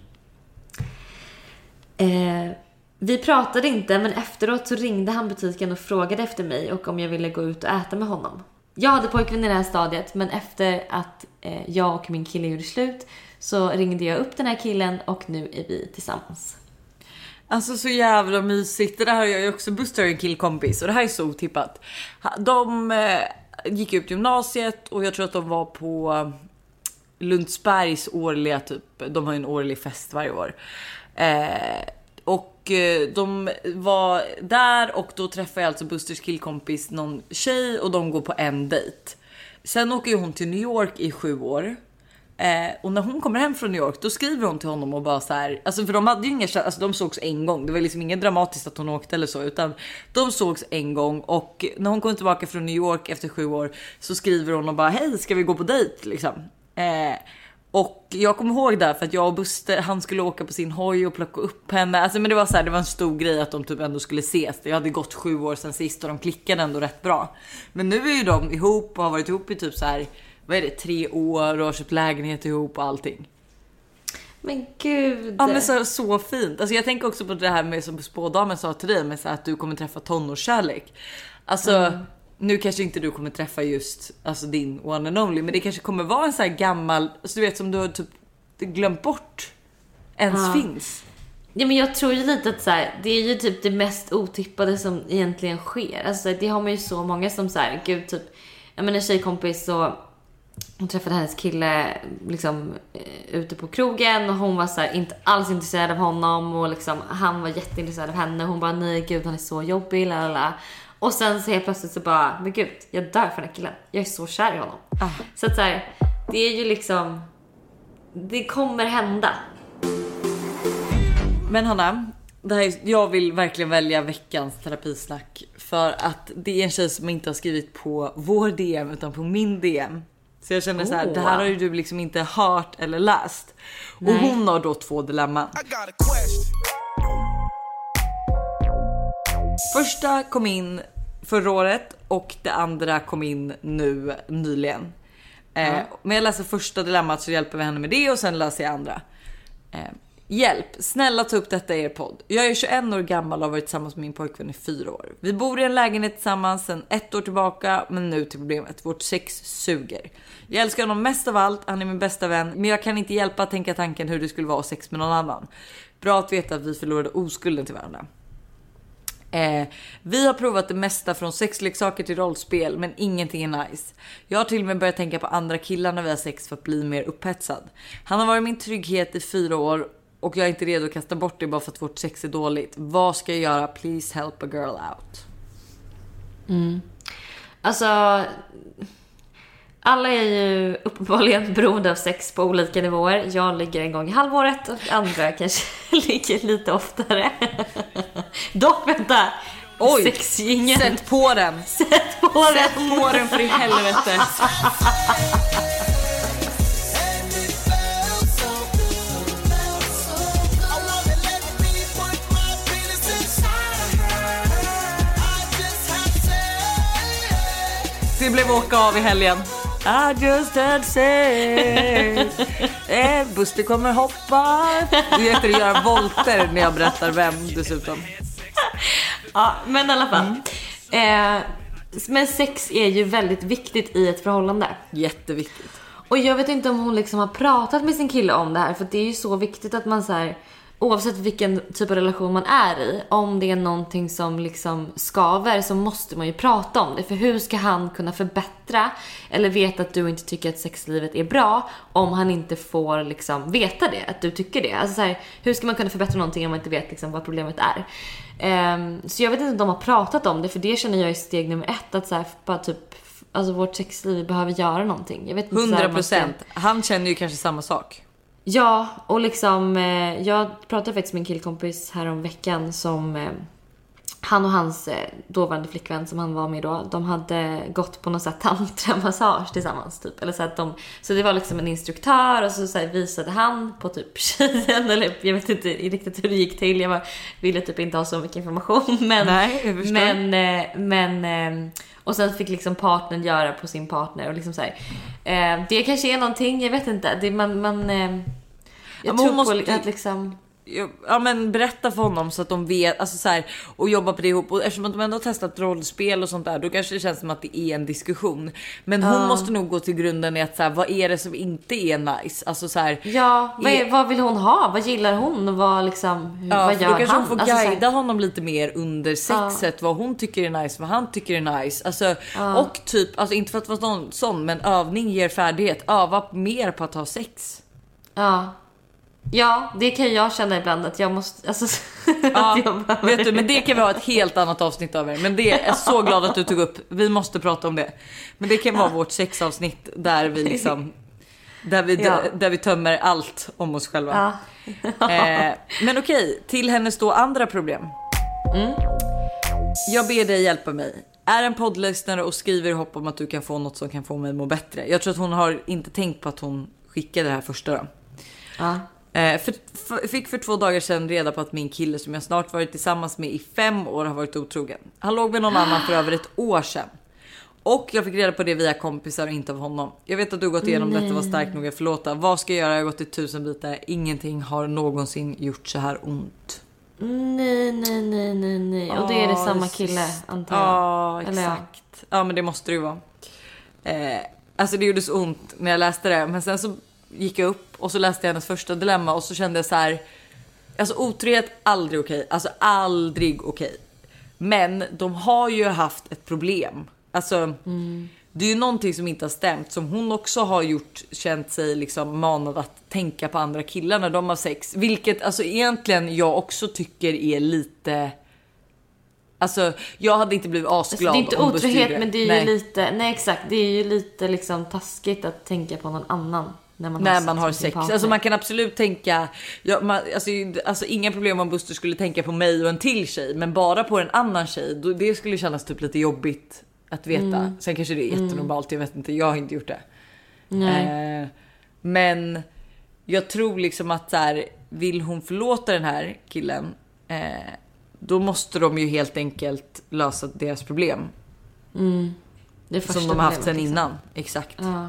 Eh, vi pratade inte, men efteråt så ringde han butiken och frågade efter mig och om jag ville gå ut och äta med honom. Jag hade pojkvän i det här stadiet, men efter att eh, jag och min kille gjorde slut så ringde jag upp den här killen och nu är vi tillsammans. Alltså så jävla mysigt. Det där har jag ju också Buster en killkompis och det här är så otippat. De eh, gick ut gymnasiet och jag tror att de var på Lundsbergs årliga typ, de har ju en årlig fest varje år. Eh, och eh, de var där och då träffade jag alltså Busters killkompis någon tjej och de går på en dejt. Sen åker ju hon till New York i sju år. Eh, och när hon kommer hem från New York då skriver hon till honom och bara så här, alltså för de hade ju inga, alltså de sågs en gång, det var liksom inget dramatiskt att hon åkte eller så, utan de sågs en gång och när hon kom tillbaka från New York efter sju år så skriver hon och bara hej, ska vi gå på dejt liksom. Eh, och jag kommer ihåg där för att jag och Buster, han skulle åka på sin hoj och plocka upp henne, alltså men det var så här, det var en stor grej att de typ ändå skulle ses. Det hade gått sju år sedan sist och de klickade ändå rätt bra. Men nu är ju de ihop och har varit ihop i typ så här, vad är det, tre år och har köpt lägenhet ihop och allting. Men gud. Ja men så, så fint. Alltså jag tänker också på det här med som spådamen sa till dig, med så att du kommer träffa tonårskärlek. Alltså mm. nu kanske inte du kommer träffa just alltså din one and only, men det kanske kommer vara en så här gammal, alltså du vet som du har typ glömt bort ens ja. finns. Ja men jag tror ju lite att så här, det är ju typ det mest otippade som egentligen sker. Alltså det har man ju så många som så här, gud typ, jag menar en tjejkompis så hon träffade hennes kille liksom eh, ute på krogen och hon var så här, inte alls intresserad av honom och liksom han var jätteintresserad av henne. Hon bara nej gud han är så jobbig lalala. Och sen så helt plötsligt så bara men gud jag dör för den här killen. Jag är så kär i honom. Ah. Så att så här, det är ju liksom det kommer hända. Men Hanna, det här är, jag vill verkligen välja veckans terapisnack för att det är en tjej som inte har skrivit på vår D M utan på min D M. Så jag känner så här, oh. det här har ju du liksom inte hört eller läst. Nej. Och hon har då två dilemman. Första kom in förra året och det andra kom in nu nyligen. Mm. Eh, men jag läser första dilemmat så hjälper vi henne med det och sen läser jag andra. Eh, Hjälp, snälla ta upp detta i er podd. Jag är tjugoett år gammal och har varit tillsammans med min pojkvän i fyra år. Vi bor i en lägenhet tillsammans sedan ett år tillbaka, men nu till problemet. Vårt sex suger. Jag älskar honom mest av allt, han är min bästa vän, men jag kan inte hjälpa att tänka tanken hur det skulle vara sex med någon annan. Bra att veta att vi förlorade oskulden till varandra. Eh, vi har provat det mesta från sexleksaker till rollspel, men ingenting är nice. Jag har till och med börjat tänka på andra killar när vi har sex för att bli mer upphetsad. Han har varit min trygghet i fyra år och jag är inte redo att kasta bort det bara för att vårt sex är dåligt. Vad ska jag göra? Please help a girl out. Mm. Alltså, alla är ju uppenbarligen beroende av sex på olika nivåer. Jag ligger en gång i halvåret och andra kanske ligger lite oftare. Dock, vänta. Oj, sexgingen. Sätt på den. Sätt på den. Sätt på den för i helvete. Det blev åka av i helgen. I just had sex. eh, Buster kommer hoppa. Du vet att göra volter när jag berättar vem dessutom. Ja, men i alla fall. Mm. Eh, men sex är ju väldigt viktigt i ett förhållande. Jätteviktigt. Och jag vet inte om hon liksom har pratat med sin kille om det här. För det är ju så viktigt att man så här, oavsett vilken typ av relation man är i, om det är någonting som liksom skaver så måste man ju prata om det. För hur ska han kunna förbättra eller veta att du inte tycker att sexlivet är bra om han inte får liksom veta det, att du tycker det. Alltså så här, hur ska man kunna förbättra någonting om man inte vet liksom vad problemet är? Um, så jag vet inte om de har pratat om det, för det känner jag är steg nummer ett, att så här, bara typ, alltså vårt sexliv behöver göra någonting. Jag vet inte, hundra procent. Han känner ju kanske samma sak. Ja, och liksom eh, jag pratade faktiskt med en killkompis här om veckan som eh, han och hans eh, dåvarande flickvän som han var med då, de hade gått på någon sån här tantra-massage tillsammans typ, eller så att de, så det var liksom en instruktör och så, så här, visade han på typ tjejen, eller jag vet inte riktigt hur det gick till, jag var, ville typ inte ha så mycket information, men nej, men eh, men eh, och sen fick liksom partnern göra på sin partner och liksom så här, eh, det kanske är någonting, jag vet inte, det man man eh, jag ja, tror måste, på att liksom ja, men berätta för honom så att de vet, alltså så här, och jobba på det ihop. Och eftersom att de ändå har testat rollspel och sånt där, då kanske det känns som att det är en diskussion. Men hon uh. måste nog gå till grunden i att så här, vad är det som inte är nice? Alltså så här, ja, vad, är, vad vill hon ha? Vad gillar hon? Och vad liksom, hur, ja, vad gör då kanske han? hon får alltså, guida honom lite mer under sexet, uh. vad hon tycker är nice, vad han tycker är nice. Alltså, uh. och typ, alltså inte för att vara någon sån, men övning ger färdighet. Öva mer på att ha sex. Ja. Ja, det kan jag känna ibland att jag måste, alltså, ja, att jag behöver... vet du, men det kan vi ha ett helt annat avsnitt över. Men det är jag så glad att du tog upp. Vi måste prata om det. Men det kan vara vårt sexavsnitt där vi liksom där vi, ja. där vi tömmer allt om oss själva. Ja. eh, men okej, till hennes då andra problem. Mm. Jag ber dig hjälpa mig. Är en poddlyssnare och skriver i hopp om att du kan få något som kan få mig att må bättre. Jag tror att hon har inte tänkt på att hon skickade det här första då. Ja. Eh, för, för, fick för två dagar sedan reda på att min kille som jag snart varit tillsammans med i fem år har varit otrogen. Han låg med någon annan för över ett år sedan. Och jag fick reda på det via kompisar och inte av honom. Jag vet att du gått igenom nej. detta, var starkt nog att förlåta. Vad ska jag göra? Jag har gått i tusen bitar. Ingenting har någonsin gjort så här ont. Nej, nej, nej, nej, nej. Och det är det samma kille, antar jag. Ja, exakt. Eller ja. ja, men det måste det ju vara. Eh, alltså det gjorde så ont när jag läste det. Men sen så gick jag upp och så läste jag hennes första dilemma. Och så kände jag så här, alltså otrohet aldrig okej. Alltså aldrig okej. Men de har ju haft ett problem. Alltså mm. det är ju någonting som inte har stämt. Som hon också har gjort, känt sig liksom manad att tänka på andra killar när de har sex. Vilket alltså egentligen jag också tycker är lite... Alltså jag hade inte blivit asglad. Alltså, det är inte otrohet, men det är nej. ju lite... Nej exakt, det är ju lite liksom taskigt att tänka på någon annan när man när har man sex. Har sex. Alltså man kan absolut tänka... Ja, man, alltså, alltså inga problem om Buster skulle tänka på mig och en till tjej. Men bara på en annan tjej, då, det skulle kännas typ lite jobbigt att veta. Mm. Sen kanske det är jättenormalt, jag vet inte, jag har inte gjort det. Eh, men jag tror liksom att så här, vill hon förlåta den här killen, eh, då måste de ju helt enkelt lösa deras problem. Mm. Det som de har haft sen liksom. Innan. Exakt. Ja.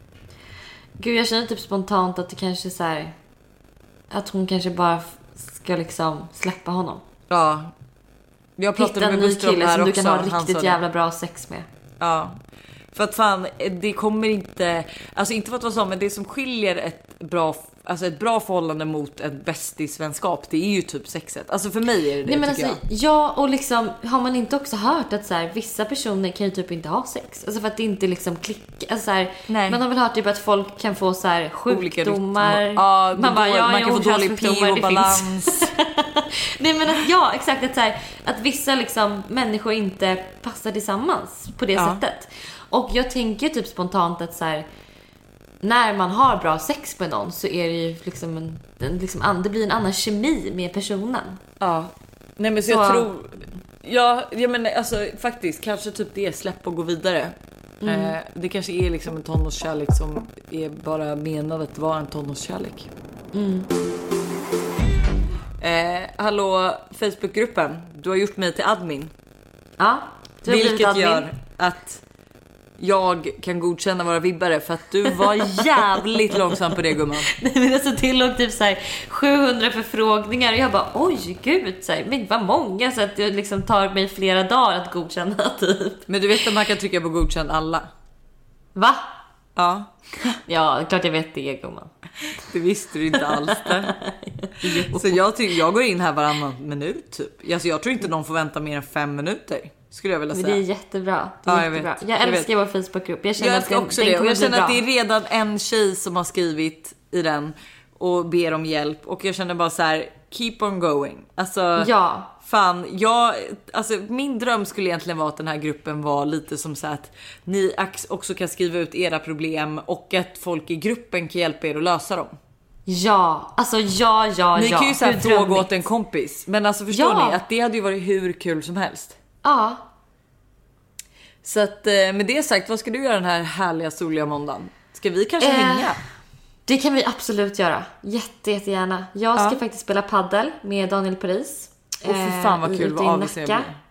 Gud, jag känner typ spontant att det kanske är så här, att hon kanske bara ska liksom släppa honom. Ja. Jag pratade med Buster om det här som också. Du kan ha riktigt jävla bra sex med. Ja. För att fan, det kommer inte... Alltså inte för att vara så, men det som skiljer ett bra, alltså ett bra förhållande mot ett bästisvänskap, det är ju typ sexet. Alltså för mig är det det. Nej, men alltså, jag. Ja, och liksom har man inte också hört att så här, vissa personer kan ju typ inte ha sex. Alltså för att det inte liksom klickar. Alltså så här, man har väl hört typ att folk kan få så här sjukdomar. Ja, man, bara, ja, man kan få dålig pH-balans. Nej, men att, ja, exakt. Att, så här, att vissa liksom, människor inte passar tillsammans på det ja. sättet. Och jag tänker typ spontant att så här, när man har bra sex med någon så är det ju liksom en, en liksom, det blir en annan kemi med personen. Ja. Nej, men så, så jag tror ja, jag menar alltså faktiskt kanske typ det, släpp och gå vidare. Mm. Eh, det kanske är liksom en tonårskärlek som är bara menad att vara en tonårskärlek. Mm. Eh, hallå Facebookgruppen, du har gjort mig till admin. Ja, du har vilket admin. Gör att jag kan godkänna våra vibbare för att du var jävligt långsam på det, gumman. Nej, men alltså till och typ så här sjuhundra förfrågningar och jag bara oj gud så här, men vad många så att det liksom tar mig flera dagar att godkänna typ. Men du vet att man kan trycka på godkänn alla. Va? Ja. Ja, klart jag vet det, gumman. Det visste du inte alls det. Så jag tycker jag går in här varannan minut typ. Alltså jag tror inte någon får vänta mer än fem minuter. Skulle jag vilja säga. Men det är jättebra. Det är ja, jättebra. Jag, jag älskar jag vår Facebookgrupp. Jag känner jag att den, också den det. Och jag känner bra. att det är redan en tjej som har skrivit i den och ber om hjälp. Och jag känner bara så här: keep on going. Alltså, ja. Fan, jag, alltså, min dröm skulle egentligen vara att den här gruppen var lite som så att ni också kan skriva ut era problem och att folk i gruppen kan hjälpa er att lösa dem. Ja, alltså ja, ja, ni ja. Ni kan ju så här fråga åt en kompis. Men alltså förstår ja. ni att det hade ju varit hur kul som helst. Ja. Så att med det sagt, vad ska du göra den här härliga soliga måndagen? Ska vi kanske eh, hänga? Det kan vi absolut göra. Jätte, jättegärna. Jag ska ja. faktiskt spela paddel med Daniel Paris. Åh, för fan vad kul, vad avvis jag blir.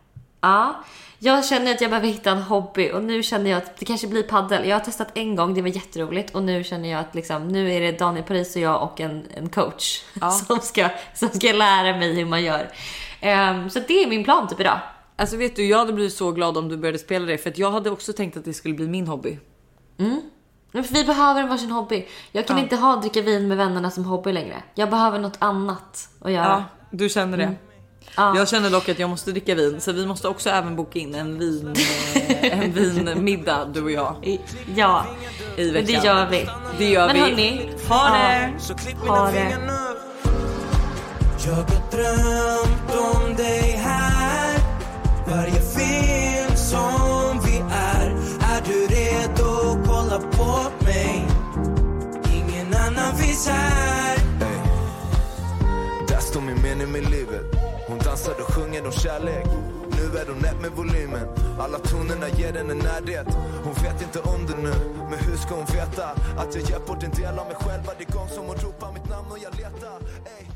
Ja, jag känner att jag behöver hitta en hobby. Och nu känner jag att det kanske blir paddel. Jag har testat en gång, det var jätteroligt. Och nu känner jag att liksom, nu är det Daniel Paris och jag och en, en coach ja. som, ska, som ska lära mig hur man gör. um, Så det är min plan typ idag. Alltså vet du, jag hade blivit så glad om du började spela det. För att jag hade också tänkt att det skulle bli min hobby. Mm. Men för vi behöver en varsin hobby. Jag kan ja. inte ha dricka vin med vännerna som hobby längre. Jag behöver något annat att göra. Ja, du känner det. Mm. Ja. Jag känner dock att jag måste dricka vin. Så vi måste också även boka in en vin En vinmiddag, du och jag. Ja, i men det gör vi. Det gör men vi. hörni, ha det. Ja. Ha det. Jag har drömt om dig här. Varje film som vi är. Är du redo att kolla på mig? Ingen annan finns här. Hey. Där står min mening med livet. Hon dansar och sjunger om kärlek. Nu är hon nätt med volymen. Alla tonerna ger den en närhet. Hon vet inte om det nu. Men hur ska hon veta att jag ger bort en del av mig själv varje gång som hon ropar mitt namn och jag letar. Hey.